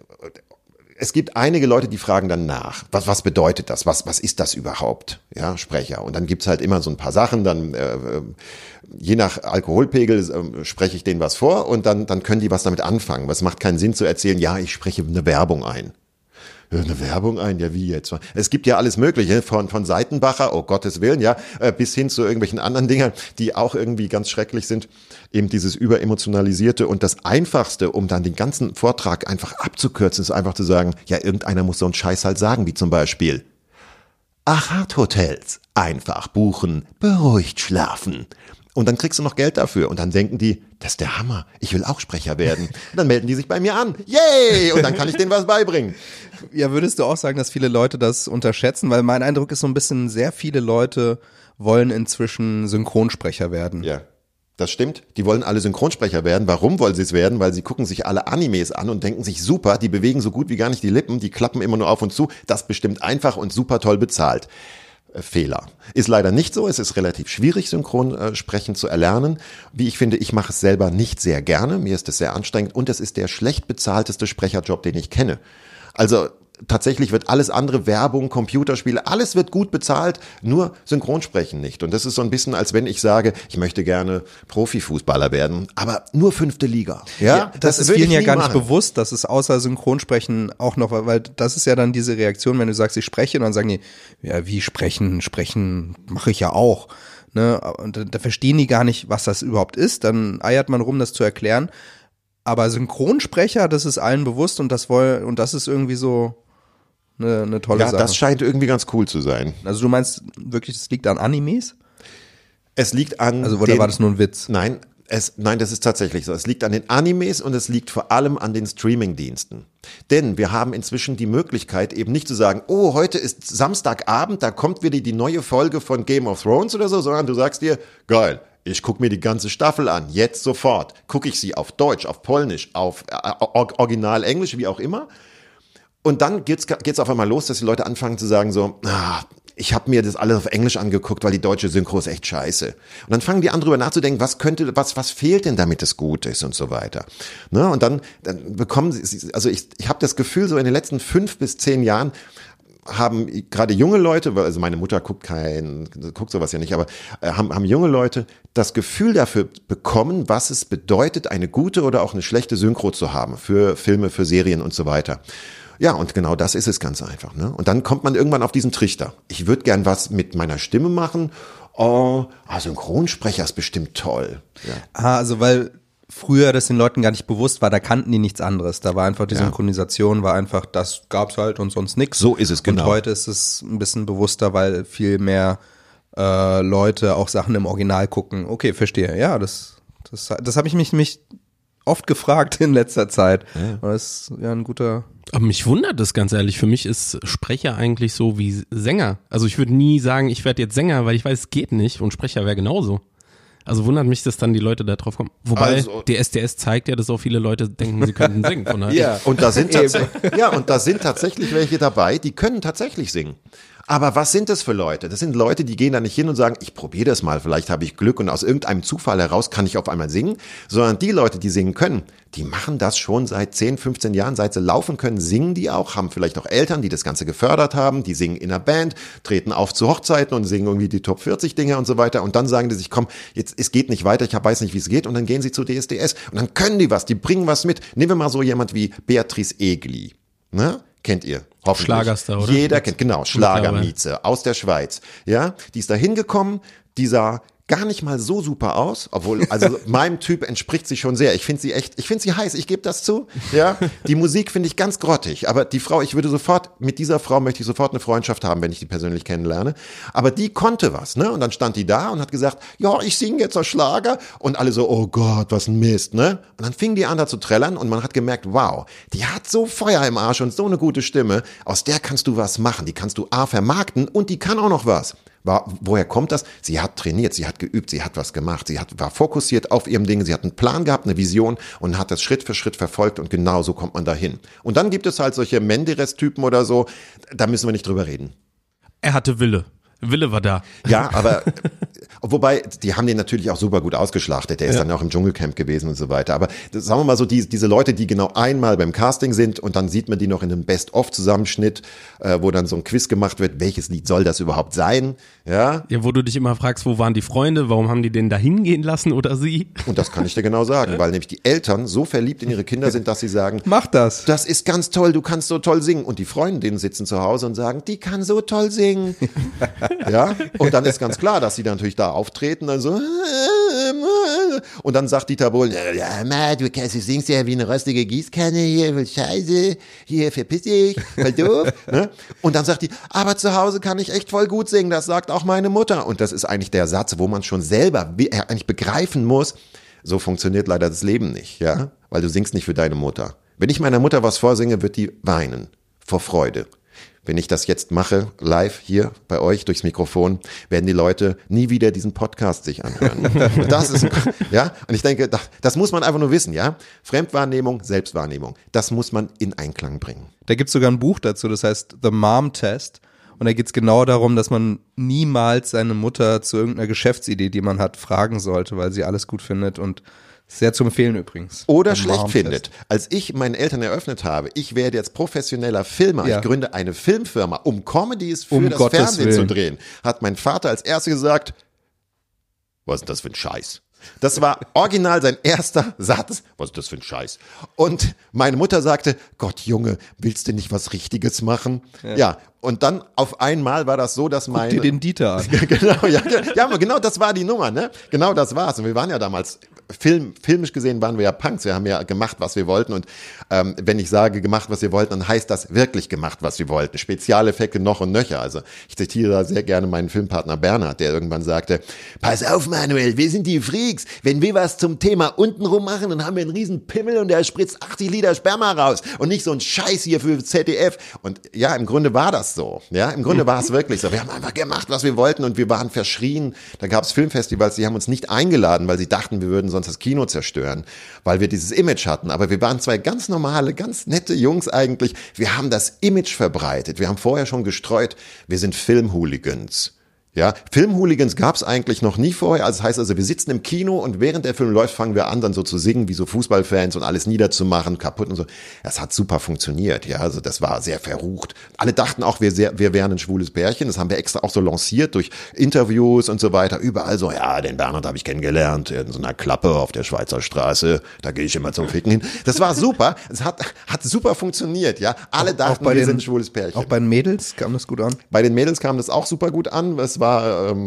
es gibt einige Leute, die fragen dann nach. Was bedeutet das? Was ist das überhaupt? Ja, Sprecher. Und dann gibt's halt immer so ein paar Sachen, dann je nach Alkoholpegel spreche ich denen was vor und dann können die was damit anfangen. Es macht keinen Sinn zu erzählen, ja, ich spreche eine Werbung ein. Eine Werbung ein? Ja, wie jetzt? Es gibt ja alles Mögliche, von Seitenbacher, oh Gottes Willen, ja, bis hin zu irgendwelchen anderen Dingern, die auch irgendwie ganz schrecklich sind. Eben dieses Überemotionalisierte und das Einfachste, um dann den ganzen Vortrag einfach abzukürzen, ist einfach zu sagen, ja, irgendeiner muss so einen Scheiß halt sagen, wie zum Beispiel Achat Hotels, einfach buchen, beruhigt schlafen. Und dann kriegst du noch Geld dafür. Und dann denken die, das ist der Hammer, ich will auch Sprecher werden. Und dann melden die sich bei mir an. Yay! Und dann kann ich denen was beibringen. Ja, würdest du auch sagen, dass viele Leute das unterschätzen? Weil mein Eindruck ist so ein bisschen, sehr viele Leute wollen inzwischen Synchronsprecher werden. Ja, das stimmt. Die wollen alle Synchronsprecher werden. Warum wollen sie es werden? Weil sie gucken sich alle Animes an und denken sich, super, die bewegen so gut wie gar nicht die Lippen, die klappen immer nur auf und zu. Das ist bestimmt einfach und super toll bezahlt. Fehler. Ist leider nicht so. Es ist relativ schwierig, Synchronsprechen zu erlernen. Wie ich finde, ich mache es selber nicht sehr gerne. Mir ist es sehr anstrengend und es ist der schlecht bezahlteste Sprecherjob, den ich kenne. Also tatsächlich wird alles andere, Werbung, Computerspiele, alles wird gut bezahlt, nur Synchronsprechen nicht. Und das ist so ein bisschen, als wenn ich sage, ich möchte gerne Profifußballer werden, aber nur 5. Liga. Ja, das ist vielen ja gar nicht bewusst, dass es außer Synchronsprechen auch noch, weil das ist ja dann diese Reaktion, wenn du sagst, ich spreche, und dann sagen die, ja, wie sprechen mache ich ja auch. Ne? Und da verstehen die gar nicht, was das überhaupt ist, dann eiert man rum, das zu erklären. Aber Synchronsprecher, das ist allen bewusst und das ist irgendwie so eine tolle Sache. Ja, das scheint irgendwie ganz cool zu sein. Also du meinst wirklich, das liegt an Animes? Es liegt an oder war das nur ein Witz? Nein, das ist tatsächlich so. Es liegt an den Animes und es liegt vor allem an den Streamingdiensten. Denn wir haben inzwischen die Möglichkeit, eben nicht zu sagen, oh, heute ist Samstagabend, da kommt wieder die neue Folge von Game of Thrones oder so, sondern du sagst dir, geil, ich gucke mir die ganze Staffel an, jetzt sofort. Gucke ich sie auf Deutsch, auf Polnisch, auf Original Englisch, wie auch immer. Und dann geht's auf einmal los, dass die Leute anfangen zu sagen so, ich habe mir das alles auf Englisch angeguckt, weil die deutsche Synchro ist echt scheiße. Und dann fangen die an, drüber nachzudenken, was fehlt denn, damit es gut ist und so weiter. Ne? Und dann bekommen sie, also ich habe das Gefühl, so in den letzten 5 bis 10 Jahren haben gerade junge Leute, also meine Mutter guckt sowas ja nicht, aber haben junge Leute das Gefühl dafür bekommen, was es bedeutet, eine gute oder auch eine schlechte Synchro zu haben für Filme, für Serien und so weiter. Ja, und genau das ist es ganz einfach. Ne? Und dann kommt man irgendwann auf diesen Trichter. Ich würde gern was mit meiner Stimme machen. Synchronsprecher ist bestimmt toll. Ja. Also weil früher das den Leuten gar nicht bewusst war, da kannten die nichts anderes. Da war einfach die Synchronisation, war einfach, das gab's halt und sonst nichts. So ist es, genau. Und heute ist es ein bisschen bewusster, weil viel mehr Leute auch Sachen im Original gucken. Okay, verstehe. Ja, das habe ich mich oft gefragt in letzter Zeit. Ja. Das ist ja ein guter... Aber mich wundert das ganz ehrlich. Für mich ist Sprecher eigentlich so wie Sänger. Also ich würde nie sagen, ich werde jetzt Sänger, weil ich weiß, es geht nicht. Und Sprecher wäre genauso. Also wundert mich, dass dann die Leute da drauf kommen. Wobei, der SDS zeigt ja, dass auch viele Leute denken, sie könnten singen. Von daher. Ja, und da sind tatsächlich welche dabei, die können tatsächlich singen. Aber was sind das für Leute? Das sind Leute, die gehen da nicht hin und sagen, ich probiere das mal, vielleicht habe ich Glück und aus irgendeinem Zufall heraus kann ich auf einmal singen. Sondern die Leute, die singen können, die machen das schon seit 10, 15 Jahren, seit sie laufen können, singen die auch, haben vielleicht auch Eltern, die das Ganze gefördert haben, die singen in einer Band, treten auf zu Hochzeiten und singen irgendwie die Top 40 Dinger und so weiter. Und dann sagen die sich, komm, jetzt, es geht nicht weiter, ich weiß nicht, wie es geht. Und dann gehen sie zu DSDS und dann können die was, die bringen was mit. Nehmen wir mal so jemand wie Beatrice Egli, ne? Kennt ihr? Hoffentlich. Schlagerstar, oder? Jeder kennt, genau, Schlagermieze aus der Schweiz. Ja, die ist da hingekommen, die sah gar nicht mal so super aus, obwohl, also meinem Typ entspricht sie schon sehr. Ich finde sie heiß, ich gebe das zu. Ja, die Musik finde ich ganz grottig, aber die Frau, mit dieser Frau möchte ich sofort eine Freundschaft haben, wenn ich die persönlich kennenlerne. Aber die konnte was, ne? Und dann stand die da und hat gesagt, ja, ich singe jetzt so Schlager. Und alle so, oh Gott, was ein Mist, ne? Und dann fing die an da zu trällern und man hat gemerkt, wow, die hat so Feuer im Arsch und so eine gute Stimme, aus der kannst du was machen. Die kannst du A vermarkten und die kann auch noch was. Woher kommt das? Sie hat trainiert, sie hat geübt, sie hat was gemacht, war fokussiert auf ihrem Ding, sie hat einen Plan gehabt, eine Vision und hat das Schritt für Schritt verfolgt und genau so kommt man dahin. Und dann gibt es halt solche Menderes-Typen oder so, da müssen wir nicht drüber reden. Er hatte Wille. Wille war da. Ja, aber wobei, die haben den natürlich auch super gut ausgeschlachtet. Der ist dann auch im Dschungelcamp gewesen und so weiter. Aber sagen wir mal so, diese Leute, die genau einmal beim Casting sind und dann sieht man die noch in einem Best-of-Zusammenschnitt, wo dann so ein Quiz gemacht wird, welches Lied soll das überhaupt sein? Ja, wo du dich immer fragst, wo waren die Freunde, warum haben die den da hingehen lassen oder sie? Und das kann ich dir genau sagen, weil nämlich die Eltern so verliebt in ihre Kinder sind, dass sie sagen, Mach das. Das ist ganz toll, du kannst so toll singen. Und die Freundinnen sitzen zu Hause und sagen, die kann so toll singen. Ja, und dann ist ganz klar, dass sie dann natürlich da auftreten, dann so, und dann sagt Dieter Bohlen, ja, du singst ja wie eine rostige Gießkanne hier, voll scheiße, hier, verpiss dich, voll doof, ne? Und dann sagt die, aber zu Hause kann ich echt voll gut singen, das sagt auch meine Mutter. Und das ist eigentlich der Satz, wo man schon selber eigentlich begreifen muss, so funktioniert leider das Leben nicht, ja, weil du singst nicht für deine Mutter. Wenn ich meiner Mutter was vorsinge, wird die weinen, vor Freude. Wenn ich das jetzt mache, live hier bei euch durchs Mikrofon, werden die Leute nie wieder diesen Podcast sich anhören. Das ist, ja, und ich denke, das muss man einfach nur wissen, ja. Fremdwahrnehmung, Selbstwahrnehmung, das muss man in Einklang bringen. Da gibt's sogar ein Buch dazu, das heißt The Mom Test. Und da geht's genau darum, dass man niemals seine Mutter zu irgendeiner Geschäftsidee, die man hat, fragen sollte, weil sie alles gut findet und sehr zu empfehlen übrigens. Oder schlecht findet. Als ich meinen Eltern eröffnet habe, ich werde jetzt professioneller Filmer, ich gründe eine Filmfirma, um Comedies für das Fernsehen zu drehen, hat mein Vater als Erster gesagt, was ist das für ein Scheiß? Das war original sein erster Satz. Was ist das für ein Scheiß? Und meine Mutter sagte, Gott Junge, willst du nicht was Richtiges machen? Ja. Und dann auf einmal war das so, dass Guck dir den Dieter an. Genau, das war die Nummer, ne? Genau das war's. Und wir waren ja damals, filmisch gesehen waren wir ja Punks. Wir haben ja gemacht, was wir wollten. Und wenn ich sage, gemacht, was wir wollten, dann heißt das wirklich gemacht, was wir wollten. Spezialeffekte noch und nöcher. Also ich zitiere da sehr gerne meinen Filmpartner Bernhard, der irgendwann sagte, pass auf Manuel, wir sind die Freaks. Wenn wir was zum Thema untenrum machen, dann haben wir einen riesen Pimmel und der spritzt 80 Liter Sperma raus. Und nicht so ein Scheiß hier für ZDF. Und ja, im Grunde war das so. Ja, im Grunde war es wirklich so. Wir haben einfach gemacht, was wir wollten und wir waren verschrien. Da gab es Filmfestivals, die haben uns nicht eingeladen, weil sie dachten, wir würden sonst das Kino zerstören, weil wir dieses Image hatten. Aber wir waren zwei ganz normale, ganz nette Jungs eigentlich. Wir haben das Image verbreitet. Wir haben vorher schon gestreut, wir sind Filmhooligans. Ja, Filmhooligans gab es eigentlich noch nie vorher. Also das heißt also, wir sitzen im Kino und während der Film läuft, fangen wir an, dann so zu singen, wie so Fußballfans und alles niederzumachen, kaputt und so. Das hat super funktioniert, ja. Also das war sehr verrucht. Alle dachten auch, wir wären ein schwules Pärchen. Das haben wir extra auch so lanciert durch Interviews und so weiter. Überall so, ja, den Bernhard habe ich kennengelernt in so einer Klappe auf der Schweizer Straße. Da gehe ich immer zum Ficken hin. Das war super. Es hat super funktioniert, ja. Alle dachten, wir sind ein schwules Pärchen. Auch bei den Mädels kam das gut an? Bei den Mädels kam das auch super gut an. Es war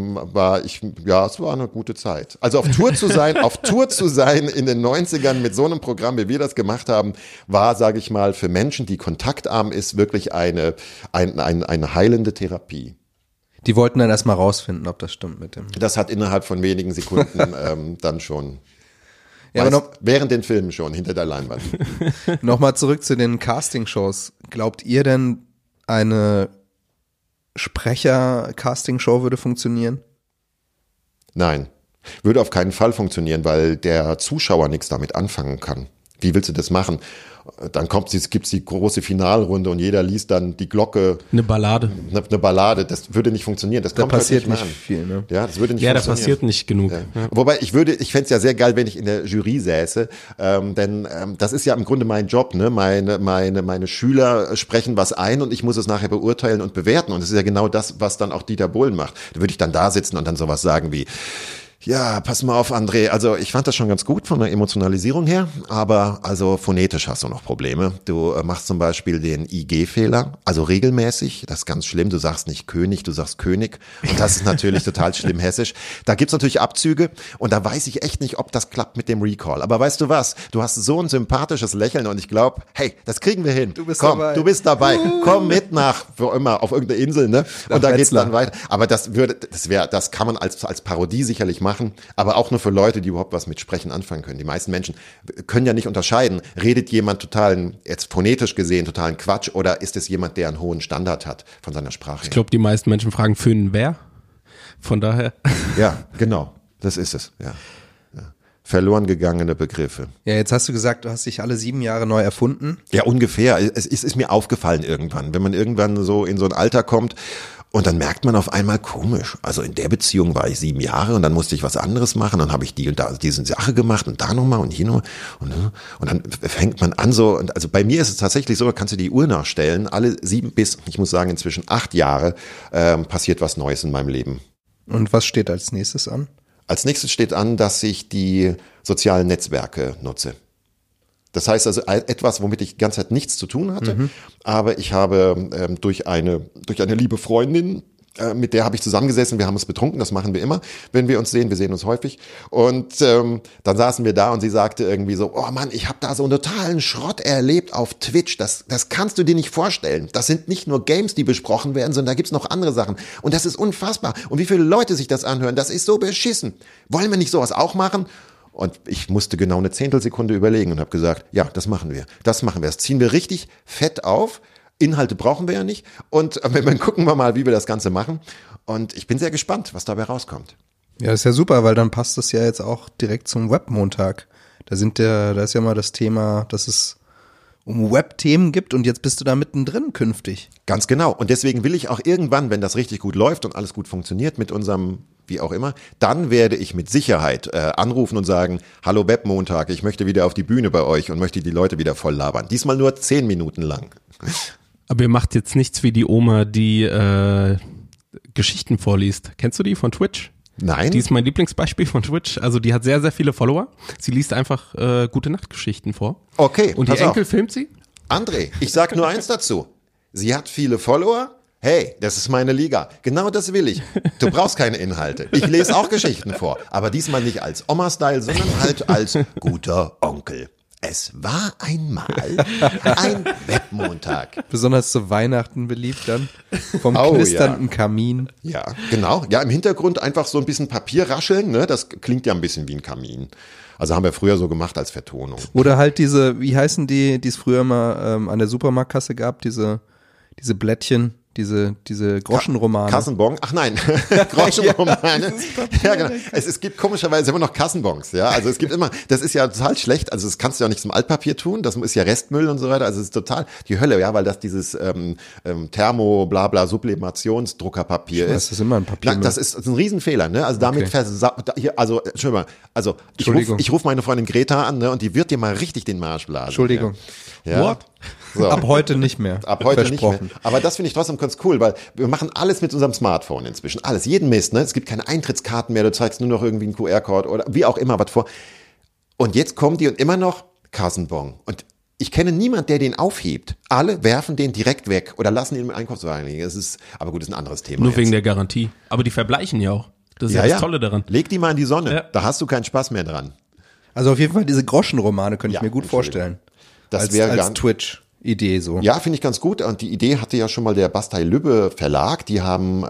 eine gute Zeit. Also auf Tour zu sein in den 90ern mit so einem Programm, wie wir das gemacht haben, war, sage ich mal, für Menschen, die kontaktarm ist, wirklich eine heilende Therapie. Die wollten dann erstmal rausfinden, ob das stimmt mit dem. Das hat innerhalb von wenigen Sekunden dann schon. Ja, aber während den Filmen schon, hinter der Leinwand. Nochmal zurück zu den Castingshows. Glaubt ihr denn, eine Sprecher-Casting-Show würde funktionieren? Nein, würde auf keinen Fall funktionieren, weil der Zuschauer nichts damit anfangen kann. Wie willst du das machen? Dann gibt's die große Finalrunde und jeder liest dann die Glocke. Eine Ballade. Eine Ballade, das würde nicht funktionieren. Das kommt passiert nicht viel, ne? Ja, das würde nicht funktionieren. funktionieren. Da passiert nicht genug. Ja. Ja. Wobei ich fände es ja sehr geil, wenn ich in der Jury säße, denn das ist ja im Grunde mein Job, ne? Meine Schüler sprechen was ein und ich muss es nachher beurteilen und bewerten und das ist ja genau das, was dann auch Dieter Bohlen macht. Da würde ich dann da sitzen und dann sowas sagen wie, ja, pass mal auf, André. Also ich fand das schon ganz gut von der Emotionalisierung her, aber also phonetisch hast du noch Probleme. Du machst zum Beispiel den IG-Fehler, also regelmäßig. Das ist ganz schlimm. Du sagst nicht König, du sagst König. Und das ist natürlich total schlimm hessisch. Da gibt's natürlich Abzüge und da weiß ich echt nicht, ob das klappt mit dem Recall. Aber weißt du was? Du hast so ein sympathisches Lächeln und ich glaube, hey, das kriegen wir hin. Du bist dabei. Komm mit nach, für immer, auf irgendeine Insel, ne? Und da geht's dann weiter. Aber das kann man als Parodie sicherlich machen. Aber auch nur für Leute, die überhaupt was mit Sprechen anfangen können. Die meisten Menschen können ja nicht unterscheiden, redet jemand jetzt phonetisch gesehen, totalen Quatsch oder ist es jemand, der einen hohen Standard hat von seiner Sprache her? Ich glaube, die meisten Menschen fragen, für einen wer? Von daher. Ja, genau. Das ist es, ja. Verloren gegangene Begriffe. Ja, jetzt hast du gesagt, du hast dich alle 7 Jahre neu erfunden. Ja, ungefähr. Es ist mir aufgefallen irgendwann, wenn man irgendwann so in so ein Alter kommt und dann merkt man auf einmal komisch. Also in der Beziehung war ich 7 Jahre und dann musste ich was anderes machen, dann habe ich die und da diese Sache gemacht und da nochmal und hier nochmal und dann fängt man an so, und also bei mir ist es tatsächlich so, da kannst du die Uhr nachstellen, alle 7 bis, ich muss sagen inzwischen 8 Jahre passiert was Neues in meinem Leben. Und was steht als nächstes an? Als nächstes steht an, dass ich die sozialen Netzwerke nutze. Das heißt also etwas, womit ich die ganze Zeit nichts zu tun hatte, aber ich habe durch eine liebe Freundin, mit der habe ich zusammengesessen, wir haben uns betrunken, das machen wir immer, wenn wir uns sehen uns häufig und dann saßen wir da und sie sagte irgendwie so, oh Mann, ich habe da so einen totalen Schrott erlebt auf Twitch, das kannst du dir nicht vorstellen, das sind nicht nur Games, die besprochen werden, sondern da gibt's noch andere Sachen und das ist unfassbar und wie viele Leute sich das anhören, das ist so beschissen, wollen wir nicht sowas auch machen? Und ich musste genau eine Zehntelsekunde überlegen und habe gesagt, ja, das machen wir, das ziehen wir richtig fett auf. Inhalte brauchen wir ja nicht. Und dann gucken wir mal, wie wir das Ganze machen. Und ich bin sehr gespannt, was dabei rauskommt. Ja, ist ja super, weil dann passt das ja jetzt auch direkt zum Webmontag. Da ist ja mal das Thema, dass es um Web-Themen gibt und jetzt bist du da mittendrin künftig. Ganz genau. Und deswegen will ich auch irgendwann, wenn das richtig gut läuft und alles gut funktioniert mit unserem, wie auch immer, dann werde ich mit Sicherheit anrufen und sagen, hallo Webmontag, ich möchte wieder auf die Bühne bei euch und möchte die Leute wieder voll labern. Diesmal nur 10 Minuten lang. Aber ihr macht jetzt nichts wie die Oma, die Geschichten vorliest. Kennst du die von Twitch? Nein. Die ist mein Lieblingsbeispiel von Twitch. Also die hat sehr, sehr viele Follower. Sie liest einfach Gute-Nacht-Geschichten vor. Okay, und die Enkel filmt sie. André, ich sag nur eins dazu. Sie hat viele Follower. Hey, das ist meine Liga. Genau das will ich. Du brauchst keine Inhalte. Ich lese auch Geschichten vor. Aber diesmal nicht als Oma-Style, sondern halt als guter Onkel. Es war einmal ein Webmontag. Besonders zu Weihnachten beliebt dann. Vom knisternden Kamin. Ja, genau. Ja, im Hintergrund einfach so ein bisschen Papier rascheln. Ne? Das klingt ja ein bisschen wie ein Kamin. Also haben wir früher so gemacht als Vertonung. Oder halt diese, wie heißen die es früher mal an der Supermarktkasse gab, diese Blättchen. Diese Groschenromane. Kassenbon? Ach nein, Groschenromane. Ja, genau. Es gibt komischerweise immer noch Kassenbons, ja. Also es gibt immer, das ist ja total schlecht, also das kannst du ja nicht zum Altpapier tun, das ist ja Restmüll und so weiter, also es ist total die Hölle, ja, weil das dieses Thermo-Blabla-Sublimationsdruckerpapier ist. Das ist immer ein Papier. Das ist ein Riesenfehler, ne? Also damit Entschuldigung, ich ruf meine Freundin Greta an, ne? Und die wird dir mal richtig den Marsch blasen. Entschuldigung. Ja. What? So. Ab heute nicht mehr. Ab heute nicht mehr. Aber das finde ich trotzdem ganz cool, weil wir machen alles mit unserem Smartphone inzwischen. Alles, jeden Mist, ne? Es gibt keine Eintrittskarten mehr, du zeigst nur noch irgendwie einen QR-Code oder wie auch immer was vor. Und jetzt kommen die und immer noch Kassenbon. Und ich kenne niemanden, der den aufhebt. Alle werfen den direkt weg oder lassen ihn im Einkaufswagen liegen. Aber gut, das ist ein anderes Thema. Nur wegen der Garantie. Aber die verbleichen ja auch. Das ist ja das Tolle daran. Leg die mal in die Sonne. Ja. Da hast du keinen Spaß mehr dran. Also auf jeden Fall diese Groschenromane könnte ich mir gut vorstellen. Das wäre als Twitch-Idee so. Ja, finde ich ganz gut. Und die Idee hatte ja schon mal der Bastei-Lübbe Verlag. Die haben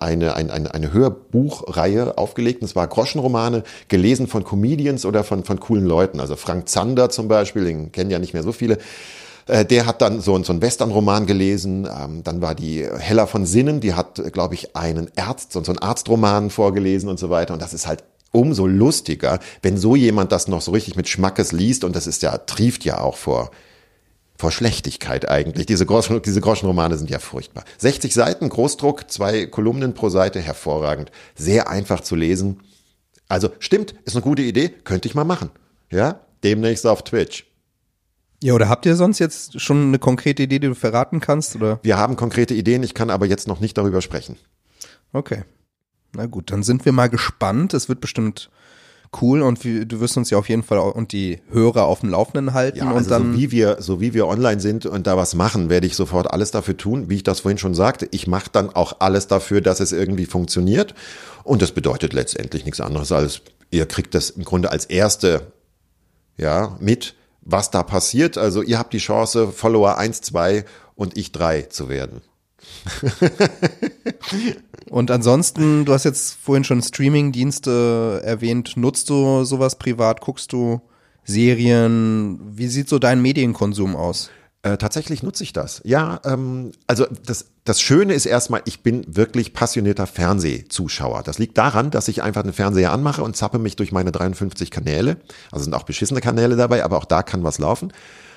eine Hörbuchreihe aufgelegt. Und es war Groschenromane, gelesen von Comedians oder von coolen Leuten. Also Frank Zander zum Beispiel, den kennen ja nicht mehr so viele. Der hat dann so einen Western-Roman gelesen. Dann war die Hella von Sinnen, die hat, glaube ich, so einen Arztroman vorgelesen und so weiter. Und das ist halt umso lustiger, wenn so jemand das noch so richtig mit Schmackes liest. Und das ist ja, trieft ja auch vor Schlechtigkeit eigentlich. Diese Groschenromane sind ja furchtbar. 60 Seiten, Großdruck, 2 Kolumnen pro Seite, hervorragend. Sehr einfach zu lesen. Also stimmt, ist eine gute Idee, könnte ich mal machen. Ja, demnächst auf Twitch. Ja, oder habt ihr sonst jetzt schon eine konkrete Idee, die du verraten kannst? Oder? Wir haben konkrete Ideen, ich kann aber jetzt noch nicht darüber sprechen. Okay. Na gut, dann sind wir mal gespannt. Es wird bestimmt cool und du wirst uns ja auf jeden Fall und die Hörer auf dem Laufenden halten. Ja, also und dann so wie wir online sind und da was machen, werde ich sofort alles dafür tun, wie ich das vorhin schon sagte. Ich mache dann auch alles dafür, dass es irgendwie funktioniert. Und das bedeutet letztendlich nichts anderes als, ihr kriegt das im Grunde als Erste mit, was da passiert. Also ihr habt die Chance, Follower 1, 2 und ich 3 zu werden. Und ansonsten, du hast jetzt vorhin schon Streaming-Dienste erwähnt. Nutzt du sowas privat? Guckst du Serien? Wie sieht so dein Medienkonsum aus? Tatsächlich nutze ich das. Ja, also das Schöne ist erstmal, ich bin wirklich passionierter Fernsehzuschauer. Das liegt daran, dass ich einfach den Fernseher anmache und zappe mich durch meine 53 Kanäle. Also sind auch beschissene Kanäle dabei, aber auch da kann was laufen.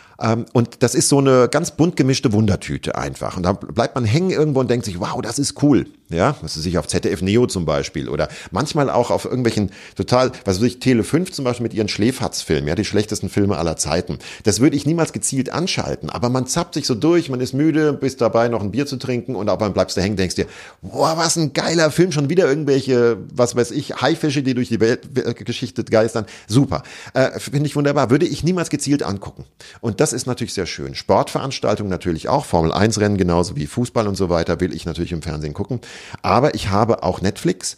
Und das ist so eine ganz bunt gemischte Wundertüte einfach. Und da bleibt man hängen irgendwo und denkt sich, wow, das ist cool. Ja, das ist sich auf ZDF Neo zum Beispiel oder manchmal auch auf irgendwelchen total, was weiß ich, Tele 5 zum Beispiel mit ihren Schläferz-Filmen, ja, die schlechtesten Filme aller Zeiten. Das würde ich niemals gezielt anschalten, aber man zappt sich so durch, man ist müde, bist dabei, noch ein Bier zu trinken und dann bleibst du hängen, denkst dir, boah, was ein geiler Film, schon wieder irgendwelche, was weiß ich, Haifische, die durch die Weltgeschichte geistern. Super. Finde ich wunderbar. Würde ich niemals gezielt angucken. Und das ist natürlich sehr schön. Sportveranstaltungen natürlich auch, Formel-1-Rennen genauso wie Fußball und so weiter, will ich natürlich im Fernsehen gucken. Aber ich habe auch Netflix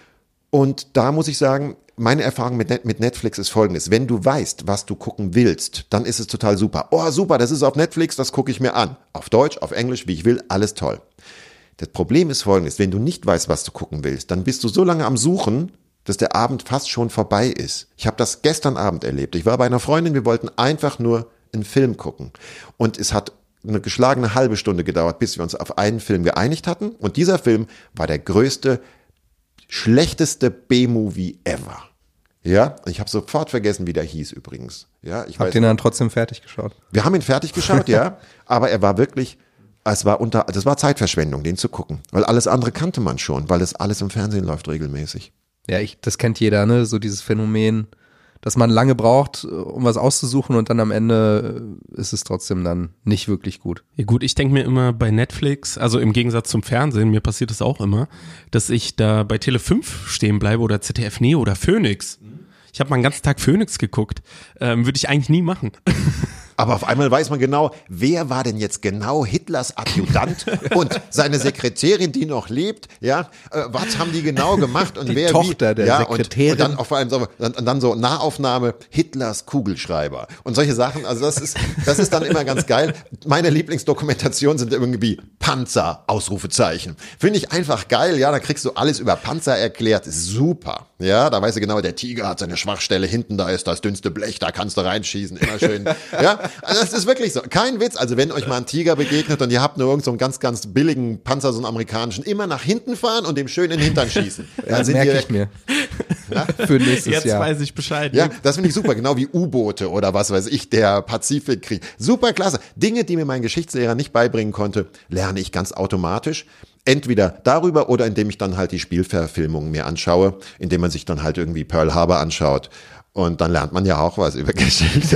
und da muss ich sagen, meine Erfahrung mit Netflix ist folgendes. Wenn du weißt, was du gucken willst, dann ist es total super. Oh, super, das ist auf Netflix, das gucke ich mir an. Auf Deutsch, auf Englisch, wie ich will, alles toll. Das Problem ist folgendes, wenn du nicht weißt, was du gucken willst, dann bist du so lange am Suchen, dass der Abend fast schon vorbei ist. Ich habe das gestern Abend erlebt. Ich war bei einer Freundin, wir wollten einfach nur einen Film gucken. Und es hat eine geschlagene halbe Stunde gedauert, bis wir uns auf einen Film geeinigt hatten. Und dieser Film war der größte, schlechteste B-Movie ever. Ja, ich habe sofort vergessen, wie der hieß übrigens. Ja, ich Habt ihr ihn dann trotzdem fertig geschaut? Wir haben ihn fertig geschaut, ja, aber er war wirklich, das war Zeitverschwendung, den zu gucken. Weil alles andere kannte man schon, weil das alles im Fernsehen läuft regelmäßig. Ja, das kennt jeder, ne? So dieses Phänomen, dass man lange braucht, um was auszusuchen und dann am Ende ist es trotzdem dann nicht wirklich gut. Ja gut, ich denke mir immer bei Netflix, also im Gegensatz zum Fernsehen, mir passiert das auch immer, dass ich da bei Tele 5 stehen bleibe oder ZDF Neo oder Phoenix. Ich habe mal einen ganzen Tag Phoenix geguckt. Würde ich eigentlich nie machen. Aber auf einmal weiß man genau, wer war denn jetzt genau Hitlers Adjutant und seine Sekretärin, die noch lebt, ja, was haben die genau gemacht und die wer Tochter wie, der ja, Sekretärin. und dann vor allem dann so Nahaufnahme Hitlers Kugelschreiber und solche Sachen, also das ist dann immer ganz geil. Meine Lieblingsdokumentationen sind irgendwie Panzer, Ausrufezeichen. Finde ich einfach geil, ja, da kriegst du alles über Panzer erklärt, super. Ja, da weißt du genau, der Tiger hat seine Schwachstelle, hinten da ist das dünnste Blech, da kannst du reinschießen, immer schön, ja. Also das ist wirklich so. Kein Witz. Also wenn euch mal ein Tiger begegnet und ihr habt nur irgend so einen ganz, ganz billigen Panzer, so einen amerikanischen, immer nach hinten fahren und dem schön in den Hintern schießen. Dann sind merke ich mir. Ja? Für nächstes Jetzt Jahr. weiß ich Bescheid. Ja, das finde ich super. Genau wie U-Boote oder was weiß ich, der Pazifikkrieg. Super klasse. Dinge, die mir mein Geschichtslehrer nicht beibringen konnte, lerne ich ganz automatisch. Entweder darüber oder indem ich dann halt die Spielverfilmungen mir anschaue, indem man sich dann halt irgendwie Pearl Harbor anschaut. Und dann lernt man ja auch was über Geschichte.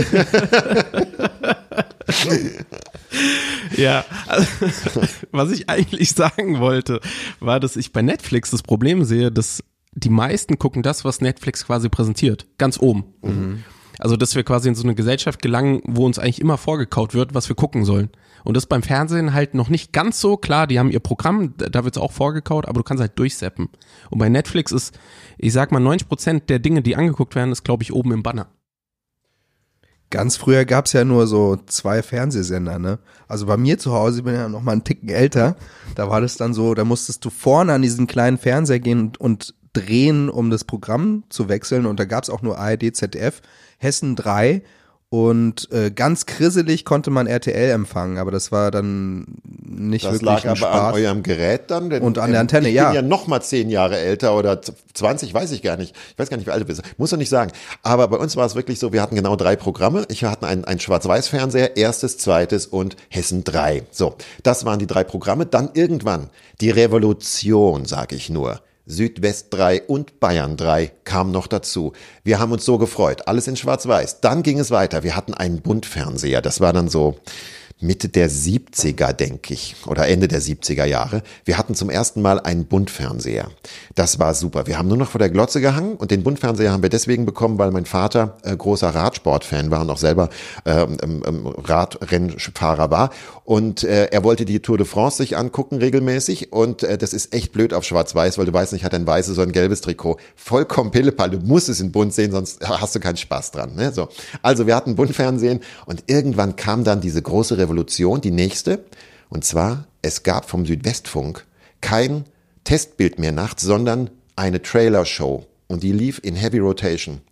Ja, also, was ich eigentlich sagen wollte, war, dass ich bei Netflix das Problem sehe, dass die meisten gucken das, was Netflix quasi präsentiert, ganz oben. Mhm. Also, dass wir quasi in so eine Gesellschaft gelangen, wo uns eigentlich immer vorgekaut wird, was wir gucken sollen. Und das beim Fernsehen halt noch nicht ganz so klar, die haben ihr Programm, da wird's auch vorgekaut, aber du kannst halt durchseppen. Und bei Netflix ist, ich sag mal, 90% der Dinge, die angeguckt werden, ist, glaube ich, oben im Banner. Ganz früher gab's ja nur so 2 Fernsehsender, ne? Also bei mir zu Hause, ich bin ja noch mal einen Ticken älter, da war das dann so, da musstest du vorne an diesen kleinen Fernseher gehen und drehen, um das Programm zu wechseln, und da gab's auch nur ARD, ZDF, Hessen 3 und ganz krisselig konnte man RTL empfangen, aber das war dann nicht das wirklich ein Spaß. Das lag aber an eurem Gerät dann? Denn und an der Antenne, ich bin ja noch mal 10 Jahre älter oder 20, weiß ich gar nicht. Ich weiß gar nicht, wie alt du bist. Muss doch nicht sagen. Aber bei uns war es wirklich so, wir hatten genau 3 Programme. Ich hatte einen Schwarz-Weiß-Fernseher, erstes, zweites und Hessen 3. So, das waren die 3 Programme. Dann irgendwann die Revolution, sag ich nur. Südwest 3 und Bayern 3 kam noch dazu. Wir haben uns so gefreut. Alles in Schwarz-Weiß. Dann ging es weiter. Wir hatten einen Buntfernseher. Das war dann so Mitte der 70er, denke ich, oder Ende der 70er Jahre. Wir hatten zum ersten Mal einen Buntfernseher. Das war super. Wir haben nur noch vor der Glotze gehangen und den Buntfernseher haben wir deswegen bekommen, weil mein Vater großer Radsportfan war und auch selber Radrennfahrer war. Und er wollte die Tour de France sich angucken regelmäßig und das ist echt blöd auf Schwarz-Weiß, weil du weißt nicht, hat ein weißes, so ein gelbes Trikot. Vollkommen Pillepalle. Du musst es in bunt sehen, sonst hast du keinen Spaß dran. Ne? So. Also wir hatten Buntfernsehen und irgendwann kam dann diese große Revolution, die nächste. Und zwar, es gab vom Südwestfunk kein Testbild mehr nachts, sondern eine Trailer-Show. Und die lief in Heavy Rotation.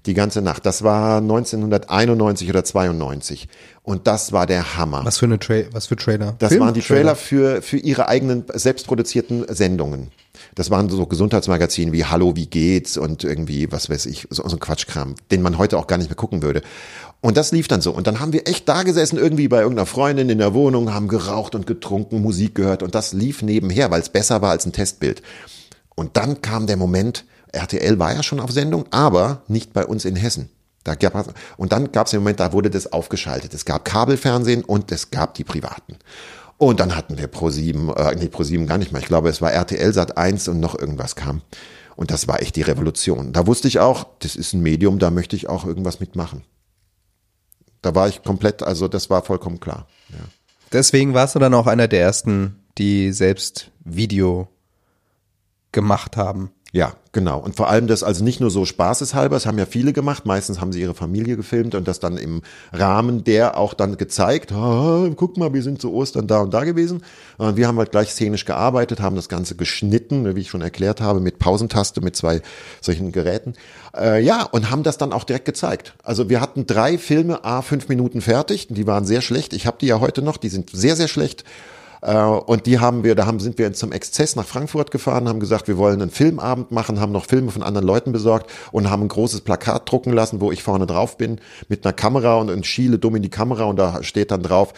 Die ganze Nacht. Das war 1991 oder 92. Und das war der Hammer. Was für Trailer? Das waren die Trailer für ihre eigenen selbstproduzierten Sendungen. Das waren so Gesundheitsmagazine wie Hallo, wie geht's und irgendwie, was weiß ich, so ein Quatschkram, den man heute auch gar nicht mehr gucken würde. Und das lief dann so. Und dann haben wir echt da gesessen, irgendwie bei irgendeiner Freundin in der Wohnung, haben geraucht und getrunken, Musik gehört. Und das lief nebenher, weil es besser war als ein Testbild. Und dann kam der Moment, RTL war ja schon auf Sendung, aber nicht bei uns in Hessen. Und dann gab es den Moment, da wurde das aufgeschaltet. Es gab Kabelfernsehen und es gab die Privaten. Und dann hatten wir ProSieben gar nicht mehr. Ich glaube, es war RTL Sat.1 und noch irgendwas kam. Und das war echt die Revolution. Da wusste ich auch, das ist ein Medium, da möchte ich auch irgendwas mitmachen. Da war ich komplett, also das war vollkommen klar. Ja. Deswegen warst du dann auch einer der ersten, die selbst Video gemacht haben. Ja, genau. Und vor allem das also nicht nur so spaßeshalber, das haben ja viele gemacht, meistens haben sie ihre Familie gefilmt und das dann im Rahmen der auch dann gezeigt, guck mal, wir sind zu Ostern da und da gewesen. Und wir haben halt gleich szenisch gearbeitet, haben das Ganze geschnitten, wie ich schon erklärt habe, mit Pausentaste, mit 2 solchen Geräten. Und haben das dann auch direkt gezeigt. Also wir hatten 3 Filme, 5 Minuten fertig, die waren sehr schlecht. Ich habe die ja heute noch, die sind sehr, sehr schlecht. Und sind wir zum Exzess nach Frankfurt gefahren, haben gesagt, wir wollen einen Filmabend machen, haben noch Filme von anderen Leuten besorgt und haben ein großes Plakat drucken lassen, wo ich vorne drauf bin, mit einer Kamera und ich schiele dumm in die Kamera und da steht dann drauf,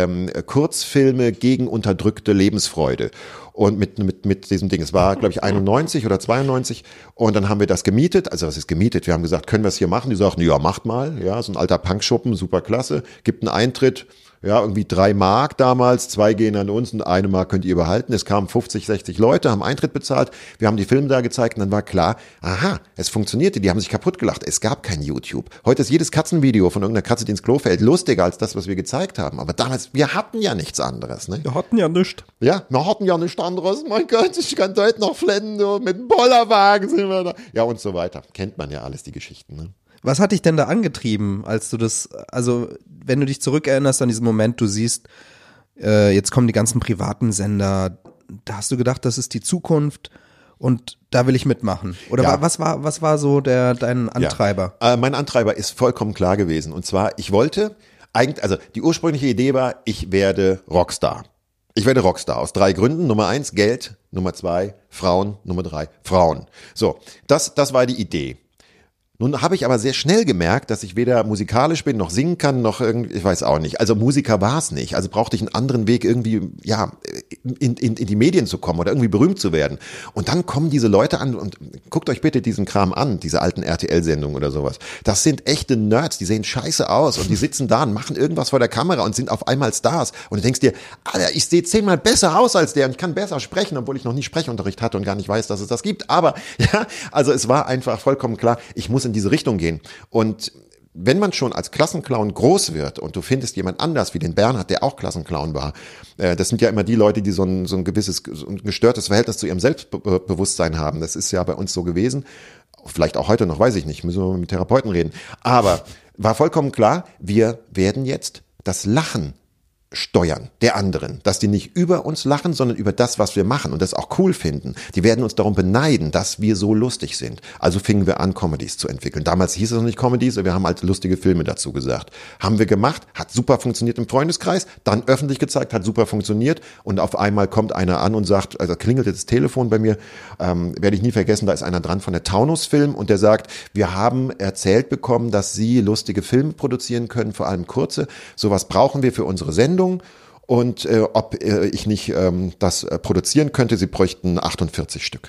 Kurzfilme gegen unterdrückte Lebensfreude. Und mit diesem Ding, es war, glaube ich, 91 oder 92 und dann haben wir das gemietet, also was ist gemietet? Wir haben gesagt, können wir es hier machen? Die sagten, ja, macht mal, ja, so ein alter Punkschuppen, super klasse, gibt einen Eintritt, ja, irgendwie 3 Mark damals, 2 gehen an uns und 1 Mark könnt ihr behalten. Es kamen 50, 60 Leute, haben Eintritt bezahlt, wir haben die Filme da gezeigt und dann war klar, aha, es funktionierte, die haben sich kaputt gelacht, es gab kein YouTube. Heute ist jedes Katzenvideo von irgendeiner Katze, die ins Klo fällt, lustiger als das, was wir gezeigt haben. Aber damals, wir hatten ja nichts anderes. Ne? Wir hatten ja nichts. Ja, wir hatten ja nichts anderes. Mein Gott, ich kann heute noch flennen, so, mit dem Bollerwagen sind wir da. Ja, und so weiter. Kennt man ja alles, die Geschichten. Ne? Was hat dich denn da angetrieben, als du das, also wenn du dich zurückerinnerst an diesen Moment, du siehst, jetzt kommen die ganzen privaten Sender, da hast du gedacht, das ist die Zukunft und da will ich mitmachen. Oder ja. was war so dein Antreiber? Ja. Mein Antreiber ist vollkommen klar gewesen. Und zwar, ich wollte eigentlich, also die ursprüngliche Idee war, ich werde Rockstar. Ich werde Rockstar aus 3 Gründen. Nummer 1, Geld. Nummer 2, Frauen. Nummer 3, Frauen. So, das war die Idee. Nun habe ich aber sehr schnell gemerkt, dass ich weder musikalisch bin, noch singen kann, noch irgendwie, ich weiß auch nicht. Also Musiker war es nicht. Also brauchte ich einen anderen Weg, irgendwie, ja, in die Medien zu kommen oder irgendwie berühmt zu werden. Und dann kommen diese Leute an und guckt euch bitte diesen Kram an, diese alten RTL-Sendungen oder sowas. Das sind echte Nerds, die sehen scheiße aus und die sitzen da und machen irgendwas vor der Kamera und sind auf einmal Stars. Und du denkst dir, Alter, ich sehe 10-mal besser aus als der und kann besser sprechen, obwohl ich noch nie Sprechunterricht hatte und gar nicht weiß, dass es das gibt. Aber, ja, also es war einfach vollkommen klar, ich muss in diese Richtung gehen. Und wenn man schon als Klassenclown groß wird und du findest jemand anders wie den Bernhard, der auch Klassenclown war, das sind ja immer die Leute, die so ein gewisses, so ein gestörtes Verhältnis zu ihrem Selbstbewusstsein haben. Das ist ja bei uns so gewesen. Vielleicht auch heute noch, weiß ich nicht, müssen wir mit Therapeuten reden. Aber war vollkommen klar, wir werden jetzt das Lachen steuern der anderen, dass die nicht über uns lachen, sondern über das, was wir machen und das auch cool finden. Die werden uns darum beneiden, dass wir so lustig sind. Also fingen wir an, Comedies zu entwickeln. Damals hieß es noch nicht Comedies, wir haben halt lustige Filme dazu gesagt. Haben wir gemacht, hat super funktioniert im Freundeskreis, dann öffentlich gezeigt, hat super funktioniert und auf einmal kommt einer an und sagt, also klingelt das Telefon bei mir, werde ich nie vergessen, da ist einer dran von der Taunus-Film und der sagt, wir haben erzählt bekommen, dass Sie lustige Filme produzieren können, vor allem kurze. Sowas brauchen wir für unsere Sendung. Und ob ich nicht das produzieren könnte, sie bräuchten 48 Stück.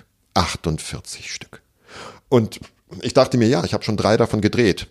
48 Stück. Und ich dachte mir, ja, ich habe schon 3 davon gedreht.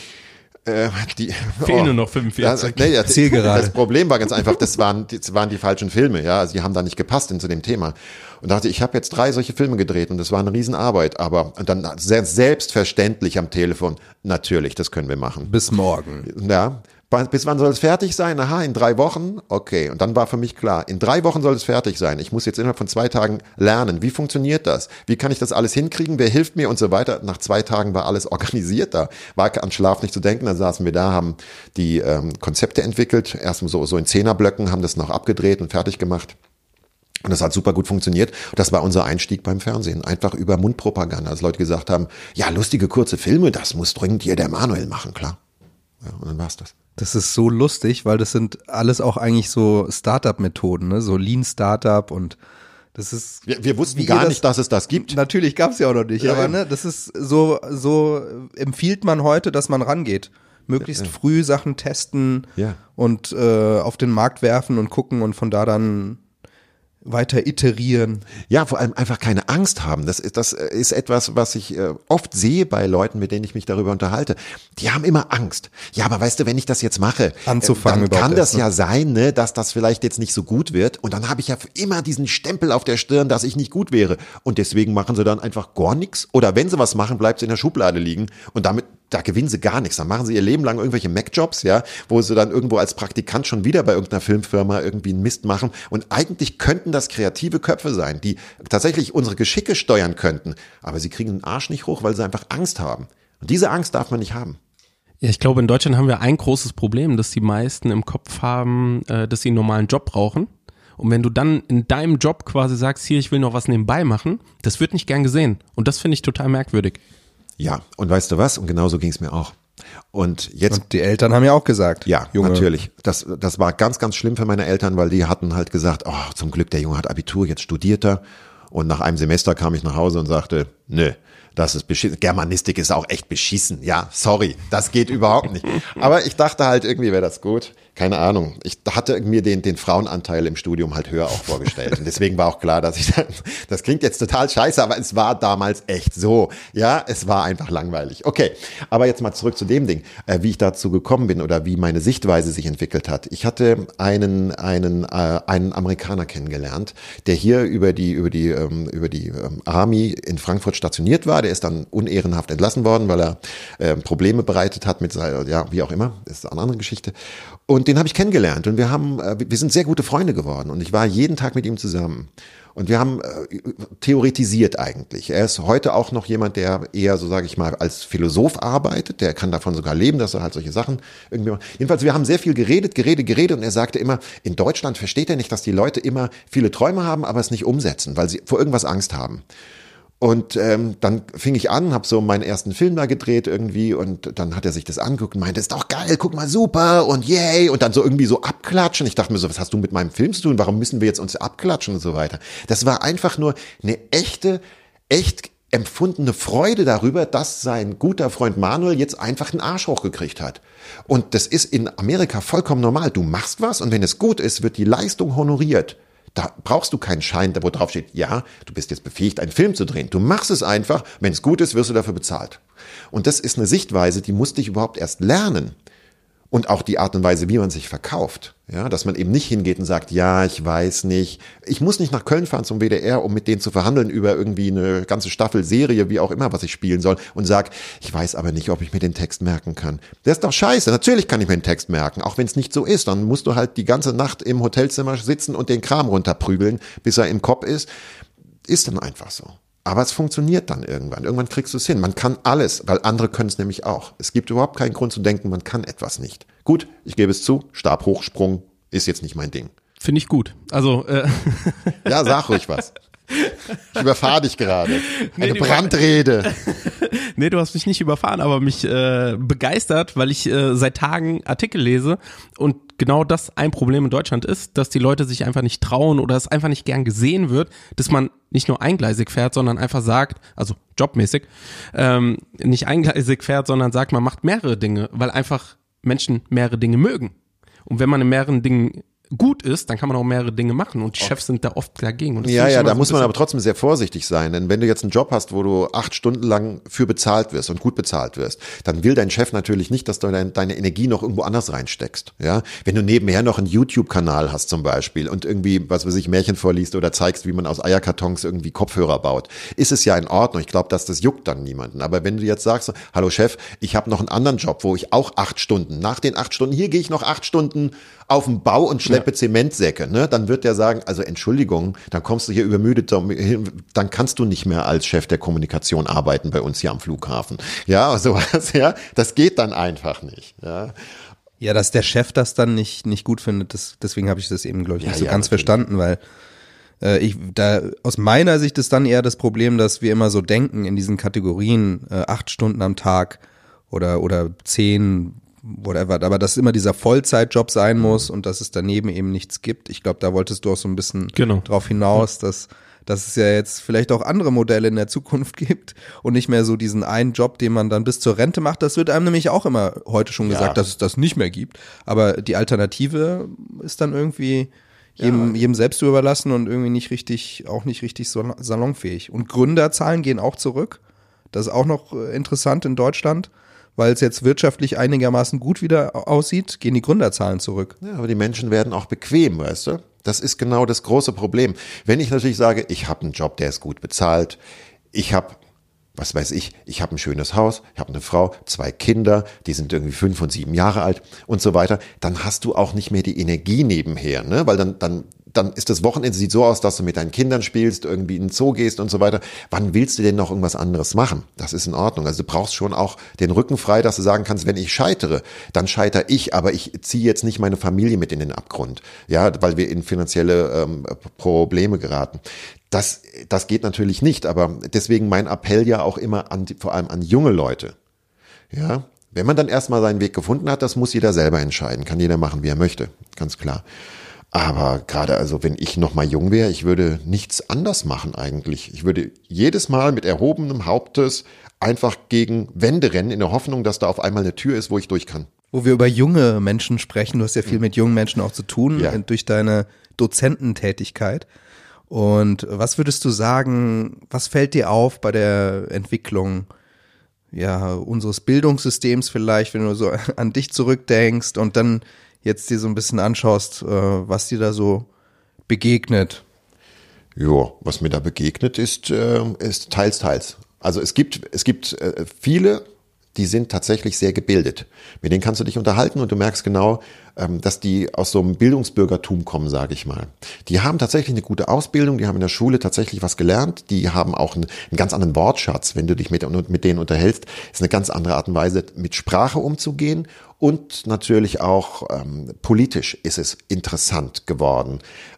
Fehlen nur noch 45. Das Problem war ganz einfach, das waren die falschen Filme, ja, also die haben da nicht gepasst zu dem Thema. Und dachte, ich habe jetzt 3 solche Filme gedreht und das war eine Riesenarbeit, aber und dann sehr selbstverständlich am Telefon, natürlich, das können wir machen. Bis morgen. Ja. Bis wann soll es fertig sein? Aha, in 3 Wochen? Okay. Und dann war für mich klar, in 3 Wochen soll es fertig sein. Ich muss jetzt innerhalb von 2 Tagen lernen. Wie funktioniert das? Wie kann ich das alles hinkriegen? Wer hilft mir und so weiter? Nach 2 Tagen war alles organisiert da. War an Schlaf nicht zu denken. Dann saßen wir da, haben die Konzepte entwickelt. Erst so in 10er-Blöcken, haben das noch abgedreht und fertig gemacht. Und das hat super gut funktioniert. Das war unser Einstieg beim Fernsehen. Einfach über Mundpropaganda, dass Leute gesagt haben, ja, lustige kurze Filme, das muss dringend hier der Manuel machen, klar. Ja, und dann war's das. Das ist so lustig, weil das sind alles auch eigentlich so Startup-Methoden, ne? So Lean-Startup und das ist. Wir wussten gar nicht, dass es das gibt. Natürlich gab's ja auch noch nicht, aber ne, das ist so empfiehlt man heute, dass man rangeht. Möglichst früh Sachen testen und auf den Markt werfen und gucken und von da dann weiter iterieren. Ja, vor allem einfach keine Angst haben. Das ist etwas, was ich oft sehe bei Leuten, mit denen ich mich darüber unterhalte. Die haben immer Angst. Ja, aber weißt du, wenn ich das jetzt mache, anzufangen dann kann das ja sein, ne, dass das vielleicht jetzt nicht so gut wird. Und dann habe ich ja immer diesen Stempel auf der Stirn, dass ich nicht gut wäre. Und deswegen machen sie dann einfach gar nichts. Oder wenn sie was machen, bleibt es in der Schublade liegen. Und da gewinnen sie gar nichts. Dann machen sie ihr Leben lang irgendwelche Mac-Jobs, ja, wo sie dann irgendwo als Praktikant schon wieder bei irgendeiner Filmfirma irgendwie einen Mist machen. Und eigentlich könnten das kreative Köpfe sein, die tatsächlich unsere Geschicke steuern könnten. Aber sie kriegen den Arsch nicht hoch, weil sie einfach Angst haben. Und diese Angst darf man nicht haben. Ja, ich glaube, in Deutschland haben wir ein großes Problem, dass die meisten im Kopf haben, dass sie einen normalen Job brauchen. Und wenn du dann in deinem Job quasi sagst, hier, ich will noch was nebenbei machen, das wird nicht gern gesehen. Und das finde ich total merkwürdig. Ja, und weißt du was? Und genauso ging es mir auch. Und die Eltern haben ja auch gesagt. Ja, Junge. Natürlich. Das war ganz, ganz schlimm für meine Eltern, weil die hatten halt gesagt, oh, zum Glück, der Junge hat Abitur, jetzt studiert er. Und nach einem Semester kam ich nach Hause und sagte, nö, das ist beschissen. Germanistik ist auch echt beschissen. Ja, sorry, das geht überhaupt nicht. Aber ich dachte halt, irgendwie wäre das gut. Keine Ahnung. Ich hatte mir den Frauenanteil im Studium halt höher auch vorgestellt. Und deswegen war auch klar, dass das klingt jetzt total scheiße, aber es war damals echt so. Ja, es war einfach langweilig. Okay, aber jetzt mal zurück zu dem Ding, wie ich dazu gekommen bin oder wie meine Sichtweise sich entwickelt hat. Ich hatte einen Amerikaner kennengelernt, der hier über die Army in Frankfurt stationiert war. Der ist dann unehrenhaft entlassen worden, weil er Probleme bereitet hat mit, ja, wie auch immer. Das ist eine andere Geschichte. Und den habe ich kennengelernt und wir sind sehr gute Freunde geworden und ich war jeden Tag mit ihm zusammen. Und wir haben theoretisiert eigentlich. Er ist heute auch noch jemand, der eher, so sage ich mal, als Philosoph arbeitet. Der kann davon sogar leben, dass er halt solche Sachen irgendwie macht. Jedenfalls, wir haben sehr viel geredet und er sagte immer, in Deutschland versteht er nicht, dass die Leute immer viele Träume haben, aber es nicht umsetzen, weil sie vor irgendwas Angst haben. Und dann fing ich an, habe so meinen ersten Film da gedreht irgendwie und dann hat er sich das angeguckt und meinte, ist doch geil, guck mal, super und yay und dann so irgendwie so abklatschen. Ich dachte mir so, was hast du mit meinem Film zu tun? Warum müssen wir jetzt uns abklatschen und so weiter? Das war einfach nur eine echt empfundene Freude darüber, dass sein guter Freund Manuel jetzt einfach einen Arsch hochgekriegt hat. Und das ist in Amerika vollkommen normal. Du machst was und wenn es gut ist, wird die Leistung honoriert. Da brauchst du keinen Schein, wo drauf steht, ja, du bist jetzt befähigt, einen Film zu drehen. Du machst es einfach, wenn es gut ist, wirst du dafür bezahlt. Und das ist eine Sichtweise, die musste ich überhaupt erst lernen. Und auch die Art und Weise, wie man sich verkauft. Ja, dass man eben nicht hingeht und sagt, ja, ich weiß nicht. Ich muss nicht nach Köln fahren zum WDR, um mit denen zu verhandeln über irgendwie eine ganze Staffel, Serie, wie auch immer, was ich spielen soll. Und sag, ich weiß aber nicht, ob ich mir den Text merken kann. Das ist doch scheiße. Natürlich kann ich mir den Text merken, auch wenn es nicht so ist. Dann musst du halt die ganze Nacht im Hotelzimmer sitzen und den Kram runterprügeln, bis er im Kopf ist. Ist dann einfach so. Aber es funktioniert dann irgendwann. Irgendwann kriegst du es hin. Man kann alles, weil andere können es nämlich auch. Es gibt überhaupt keinen Grund zu denken, man kann etwas nicht. Gut, ich gebe es zu, Stabhochsprung ist jetzt nicht mein Ding. Finde ich gut. Also ja, sag ruhig was. Ich überfahre dich gerade. Eine Brandrede. Nee, du hast mich nicht überfahren, aber mich begeistert, weil ich seit Tagen Artikel lese und genau das ein Problem in Deutschland ist, dass die Leute sich einfach nicht trauen oder es einfach nicht gern gesehen wird, dass man nicht nur eingleisig fährt, sondern einfach sagt, also jobmäßig, nicht eingleisig fährt, sondern sagt, man macht mehrere Dinge, weil einfach Menschen mehrere Dinge mögen. Und wenn man in mehreren Dingen gut ist, dann kann man auch mehrere Dinge machen und die Chefs sind da oft dagegen. Und ja, da muss man aber trotzdem sehr vorsichtig sein, denn wenn du jetzt einen Job hast, wo du 8 Stunden lang für bezahlt wirst und gut bezahlt wirst, dann will dein Chef natürlich nicht, dass du deine Energie noch irgendwo anders reinsteckst. Ja, wenn du nebenher noch einen YouTube-Kanal hast zum Beispiel und irgendwie, was weiß ich, Märchen vorliest oder zeigst, wie man aus Eierkartons irgendwie Kopfhörer baut, ist es ja in Ordnung. Ich glaube, das juckt dann niemanden. Aber wenn du jetzt sagst, hallo Chef, ich habe noch einen anderen Job, wo ich auch 8 Stunden, nach den 8 Stunden, hier gehe ich noch 8 Stunden auf den Bau und schleppe Zementsäcke, ne? Dann wird der sagen, also Entschuldigung, dann kommst du hier übermüdet, dann kannst du nicht mehr als Chef der Kommunikation arbeiten bei uns hier am Flughafen. Ja, sowas, ja, das geht dann einfach nicht, ja. Ja, dass der Chef das dann nicht gut findet, deswegen habe ich das eben, glaube ich, nicht so ganz verstanden, weil Aus meiner Sicht ist dann eher das Problem, dass wir immer so denken in diesen Kategorien, 8 Stunden am Tag oder 10, whatever, aber dass immer dieser Vollzeitjob sein muss und dass es daneben eben nichts gibt. Ich glaube, da wolltest du auch so ein bisschen drauf hinaus, dass es ja jetzt vielleicht auch andere Modelle in der Zukunft gibt und nicht mehr so diesen einen Job, den man dann bis zur Rente macht. Das wird einem nämlich auch immer heute schon gesagt, dass es das nicht mehr gibt. Aber die Alternative ist dann irgendwie jedem selbst zu überlassen und irgendwie auch nicht richtig salonfähig. Und Gründerzahlen gehen auch zurück. Das ist auch noch interessant in Deutschland. Weil es jetzt wirtschaftlich einigermaßen gut wieder aussieht, gehen die Gründerzahlen zurück. Ja, aber die Menschen werden auch bequem, weißt du? Das ist genau das große Problem. Wenn ich natürlich sage, ich habe einen Job, der ist gut bezahlt, ich habe, was weiß ich habe ein schönes Haus, ich habe eine Frau, 2 Kinder, die sind irgendwie 5 und 7 Jahre alt und so weiter, dann hast du auch nicht mehr die Energie nebenher, ne? Weil dann ist das Wochenende, sieht so aus, dass du mit deinen Kindern spielst, irgendwie in den Zoo gehst und so weiter. Wann willst du denn noch irgendwas anderes machen? Das ist in Ordnung. Also du brauchst schon auch den Rücken frei, dass du sagen kannst, wenn ich scheitere, dann scheitere ich, aber ich ziehe jetzt nicht meine Familie mit in den Abgrund, ja, weil wir in finanzielle Probleme geraten. Das geht natürlich nicht, aber deswegen mein Appell ja auch immer vor allem an junge Leute. Ja, wenn man dann erstmal seinen Weg gefunden hat, das muss jeder selber entscheiden, kann jeder machen, wie er möchte, ganz klar. Aber gerade also, wenn ich noch mal jung wäre, ich würde nichts anders machen eigentlich. Ich würde jedes Mal mit erhobenem Hauptes einfach gegen Wände rennen, in der Hoffnung, dass da auf einmal eine Tür ist, wo ich durch kann. Wo wir über junge Menschen sprechen, du hast ja viel mit jungen Menschen auch zu tun, durch deine Dozententätigkeit. Und was würdest du sagen, was fällt dir auf bei der Entwicklung unseres Bildungssystems vielleicht, wenn du so an dich zurückdenkst und dann jetzt dir so ein bisschen anschaust, was dir da so begegnet? Ja, was mir da begegnet ist teils. Also es gibt viele, die sind tatsächlich sehr gebildet. Mit denen kannst du dich unterhalten und du merkst genau, dass die aus so einem Bildungsbürgertum kommen, sage ich mal. Die haben tatsächlich eine gute Ausbildung, die haben in der Schule tatsächlich was gelernt, die haben auch einen ganz anderen Wortschatz, wenn du dich mit denen unterhältst, ist eine ganz andere Art und Weise, mit Sprache umzugehen. Und natürlich auch politisch ist es interessant geworden.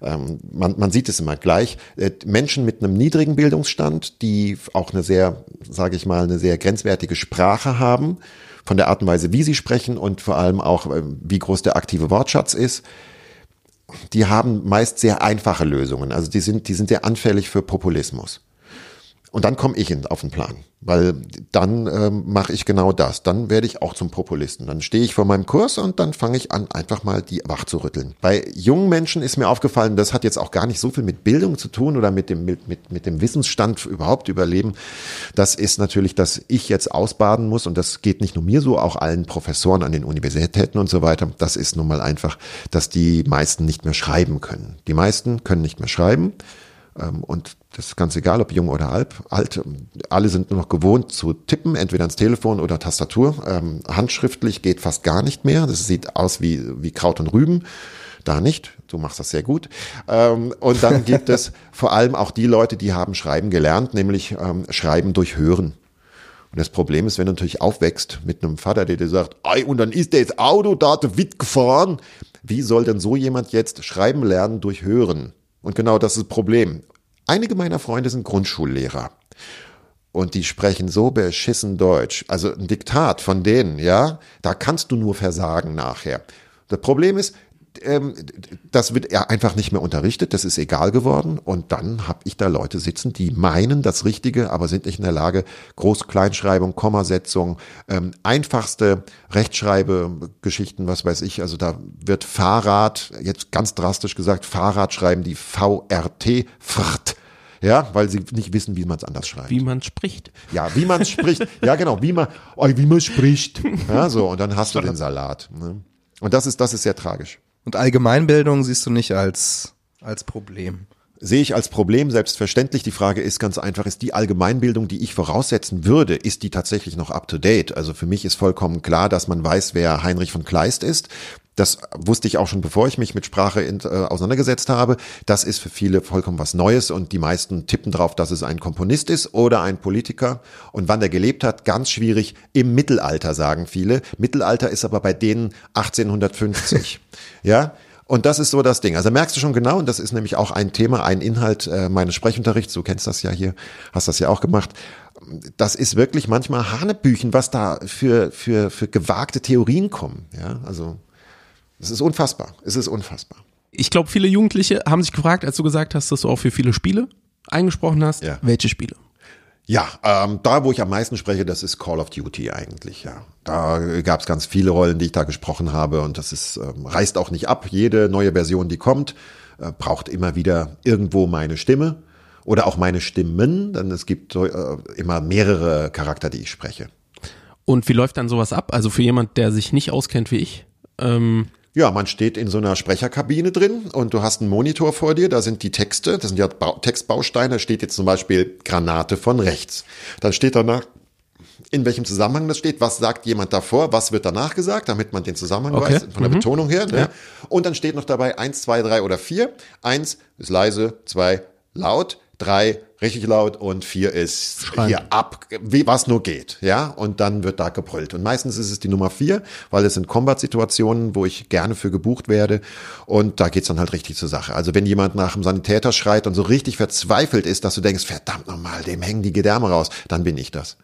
Man sieht es immer gleich. Menschen mit einem niedrigen Bildungsstand, die auch eine sehr grenzwertige Sprache haben, von der Art und Weise, wie sie sprechen und vor allem auch, wie groß der aktive Wortschatz ist, die haben meist sehr einfache Lösungen. Also die sind sehr anfällig für Populismus. Und dann komme ich auf den Plan, weil dann mache ich genau das. Dann werde ich auch zum Populisten. Dann stehe ich vor meinem Kurs und dann fange ich an, einfach mal die wach zu rütteln. Bei jungen Menschen ist mir aufgefallen, das hat jetzt auch gar nicht so viel mit Bildung zu tun oder mit dem Wissensstand überhaupt überleben. Das ist natürlich, dass ich jetzt ausbaden muss und das geht nicht nur mir so, auch allen Professoren an den Universitäten und so weiter. Das ist nun mal einfach, dass die meisten nicht mehr schreiben können. Die meisten können nicht mehr schreiben. Und das ist ganz egal, ob jung oder alt. Alle sind nur noch gewohnt zu tippen, entweder ans Telefon oder Tastatur. Handschriftlich geht fast gar nicht mehr. Das sieht aus wie Kraut und Rüben. Da nicht. Du machst das sehr gut. Und dann gibt es vor allem auch die Leute, die haben Schreiben gelernt, nämlich Schreiben durch Hören. Und das Problem ist, wenn du natürlich aufwächst mit einem Vater, der dir sagt, und dann ist das Auto da weit gefahren. Wie soll denn so jemand jetzt schreiben lernen durch Hören? Und genau das ist das Problem. Einige meiner Freunde sind Grundschullehrer und die sprechen so beschissen Deutsch. Also ein Diktat von denen, ja, da kannst du nur versagen nachher. Das Problem ist, das wird ja einfach nicht mehr unterrichtet, das ist egal geworden und dann habe ich da Leute sitzen, die meinen das Richtige, aber sind nicht in der Lage, Groß-Kleinschreibung, Kommasetzung, einfachste Rechtschreibegeschichten, was weiß ich, also da wird Fahrrad, jetzt ganz drastisch gesagt, Fahrrad schreiben die VRT, Frt, ja, weil sie nicht wissen, wie man es anders schreibt. Wie man spricht. Ja, wie man spricht, ja genau, wie man spricht, ja, so, und dann hast du den Salat, ne? Und das ist sehr tragisch. Und Allgemeinbildung siehst du nicht als Problem? Sehe ich als Problem, selbstverständlich. Die Frage ist ganz einfach, ist die Allgemeinbildung, die ich voraussetzen würde, ist die tatsächlich noch up to date? Also für mich ist vollkommen klar, dass man weiß, wer Heinrich von Kleist ist. Das wusste ich auch schon, bevor ich mich mit Sprache auseinandergesetzt habe. Das ist für viele vollkommen was Neues und die meisten tippen drauf, dass es ein Komponist ist oder ein Politiker. Und wann der gelebt hat, ganz schwierig. Im Mittelalter, sagen viele. Mittelalter ist aber bei denen 1850. Ja, Und das ist so das Ding. Also merkst du schon genau, und das ist nämlich auch ein Thema, ein Inhalt meines Sprechunterrichts, du kennst das ja hier, hast das ja auch gemacht. Das ist wirklich manchmal Hanebüchen, was da für gewagte Theorien kommen. Ja, also es ist unfassbar. Es ist unfassbar. Ich glaube, viele Jugendliche haben sich gefragt, als du gesagt hast, dass du auch für viele Spiele eingesprochen hast. Ja. Welche Spiele? Ja, da wo ich am meisten spreche, das ist Call of Duty eigentlich, ja. Da gab es ganz viele Rollen, die ich da gesprochen habe und das ist reißt auch nicht ab. Jede neue Version, die kommt, braucht immer wieder irgendwo meine Stimme oder auch meine Stimmen, denn es gibt immer mehrere Charakter, die ich spreche. Und wie läuft dann sowas ab? Also für jemand, der sich nicht auskennt wie ich? Ja, man steht in so einer Sprecherkabine drin und du hast einen Monitor vor dir, da sind die Texte, das sind ja Textbausteine, da steht jetzt zum Beispiel Granate von rechts. Dann steht danach, in welchem Zusammenhang das steht, was sagt jemand davor, was wird danach gesagt, damit man den Zusammenhang weiß, von der Betonung her. Ne? Ja. Und dann steht noch dabei 1, 2, 3 oder 4. 1 ist leise, 2 laut, 3 richtig laut und 4 ist Schreien. Hier ab, wie was nur geht, ja, und dann wird da gebrüllt. Und meistens ist es die Nummer 4, weil es sind Combat-Situationen, wo ich gerne für gebucht werde und da geht's dann halt richtig zur Sache. Also wenn jemand nach dem Sanitäter schreit und so richtig verzweifelt ist, dass du denkst, verdammt nochmal, dem hängen die Gedärme raus, dann bin ich das.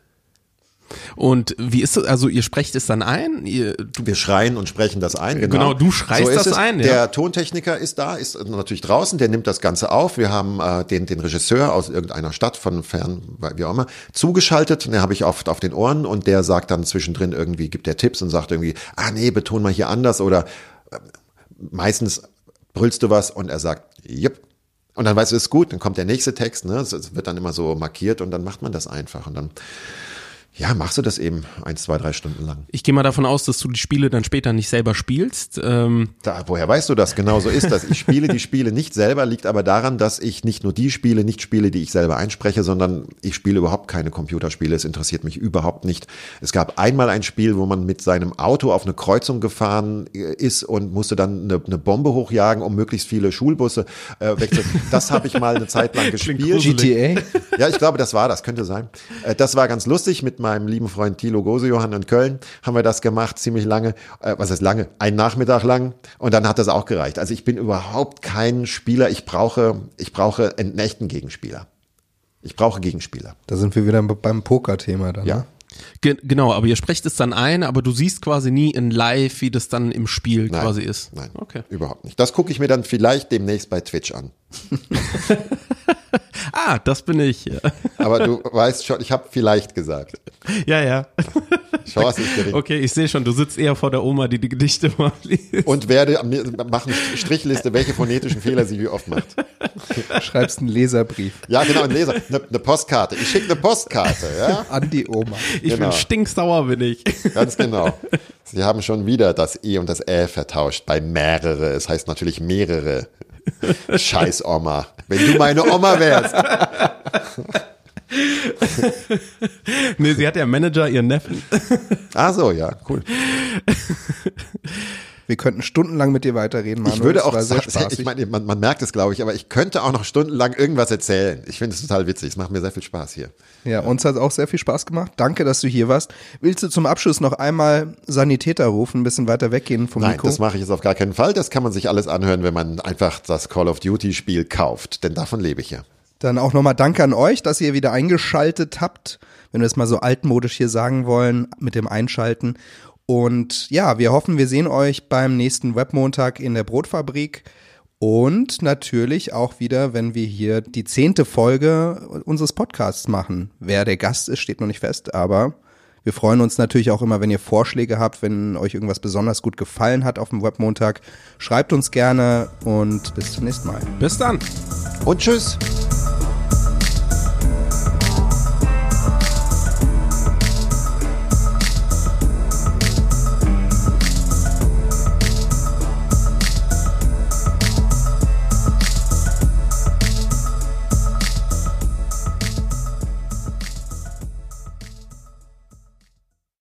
Und wie ist es, also ihr sprecht es dann ein? Wir schreien und sprechen das ein. Genau, du schreist so ist das es. ein. Ja. Der Tontechniker ist da, ist natürlich draußen, der nimmt das Ganze auf. Wir haben den Regisseur aus irgendeiner Stadt, von fern, wie auch immer, zugeschaltet. Den habe ich auf den Ohren und der sagt dann zwischendrin irgendwie, gibt der Tipps und sagt irgendwie, nee, beton mal hier anders oder meistens brüllst du was und er sagt, jupp. Und dann weißt du, ist gut, dann kommt der nächste Text, ne? Es wird dann immer so markiert und dann macht man das einfach und dann ja, machst du das eben 1, 2, 3 Stunden lang. Ich gehe mal davon aus, dass du die Spiele dann später nicht selber spielst. Woher weißt du das? Genau so ist das. Ich spiele die Spiele nicht selber, liegt aber daran, dass ich nicht nur die Spiele nicht spiele, die ich selber einspreche, sondern ich spiele überhaupt keine Computerspiele. Es interessiert mich überhaupt nicht. Es gab einmal ein Spiel, wo man mit seinem Auto auf eine Kreuzung gefahren ist und musste dann eine Bombe hochjagen, um möglichst viele Schulbusse wegzunehmen. Das habe ich mal eine Zeit lang gespielt. GTA? Ja, ich glaube, das könnte sein. Das war ganz lustig mit meinem lieben Freund Thilo Gosejohann in Köln haben wir das gemacht, ziemlich lange, was heißt lange? Einen Nachmittag lang und dann hat das auch gereicht. Also ich bin überhaupt kein Spieler, ich brauche einen echten Gegenspieler. Ich brauche Gegenspieler. Da sind wir wieder beim Poker-Thema dann. Ja. Ne? Genau, aber ihr sprecht es dann ein, aber du siehst quasi nie in live, wie das dann im Spiel quasi ist. Nein, okay. Überhaupt nicht. Das gucke ich mir dann vielleicht demnächst bei Twitch an. Das bin ich. Ja. Aber du weißt schon, ich habe vielleicht gesagt. Ja. Chance ist gering. Okay, ich sehe schon, du sitzt eher vor der Oma, die Gedichte mal liest. Und machen Strichliste, welche phonetischen Fehler sie wie oft macht. Schreibst einen Leserbrief. Ja, genau, ein Leser, eine Postkarte. Ich schicke eine Postkarte, ja. An die Oma. Ich bin stinksauer, bin ich. Ganz genau. Sie haben schon wieder das E und das Ä vertauscht bei mehrere. Es heißt natürlich mehrere. Scheiß Oma. Wenn du meine Oma wärst. Nee, sie hat ja Manager, ihren Neffen. Ach so, ja, cool. Wir könnten stundenlang mit dir weiterreden, Manu. Ich würde auch sehr sagen, spaßig. ich meine, man merkt es, glaube ich, aber ich könnte auch noch stundenlang irgendwas erzählen. Ich finde es total witzig. Es macht mir sehr viel Spaß hier. Ja, uns hat es auch sehr viel Spaß gemacht. Danke, dass du hier warst. Willst du zum Abschluss noch einmal Sanitäter rufen, ein bisschen weiter weggehen vom Nein, Mikro? das mache ich jetzt auf gar keinen Fall. Das kann man sich alles anhören, wenn man einfach das Call of Duty Spiel kauft. Denn davon lebe ich ja. Dann auch nochmal Danke an euch, dass ihr wieder eingeschaltet habt, wenn wir es mal so altmodisch hier sagen wollen, mit dem Einschalten. Und ja, wir hoffen, wir sehen euch beim nächsten Webmontag in der Brotfabrik und natürlich auch wieder, wenn wir hier die 10. Folge unseres Podcasts machen. Wer der Gast ist, steht noch nicht fest, aber wir freuen uns natürlich auch immer, wenn ihr Vorschläge habt, wenn euch irgendwas besonders gut gefallen hat auf dem Webmontag. Schreibt uns gerne und bis zum nächsten Mal. Bis dann. Und tschüss.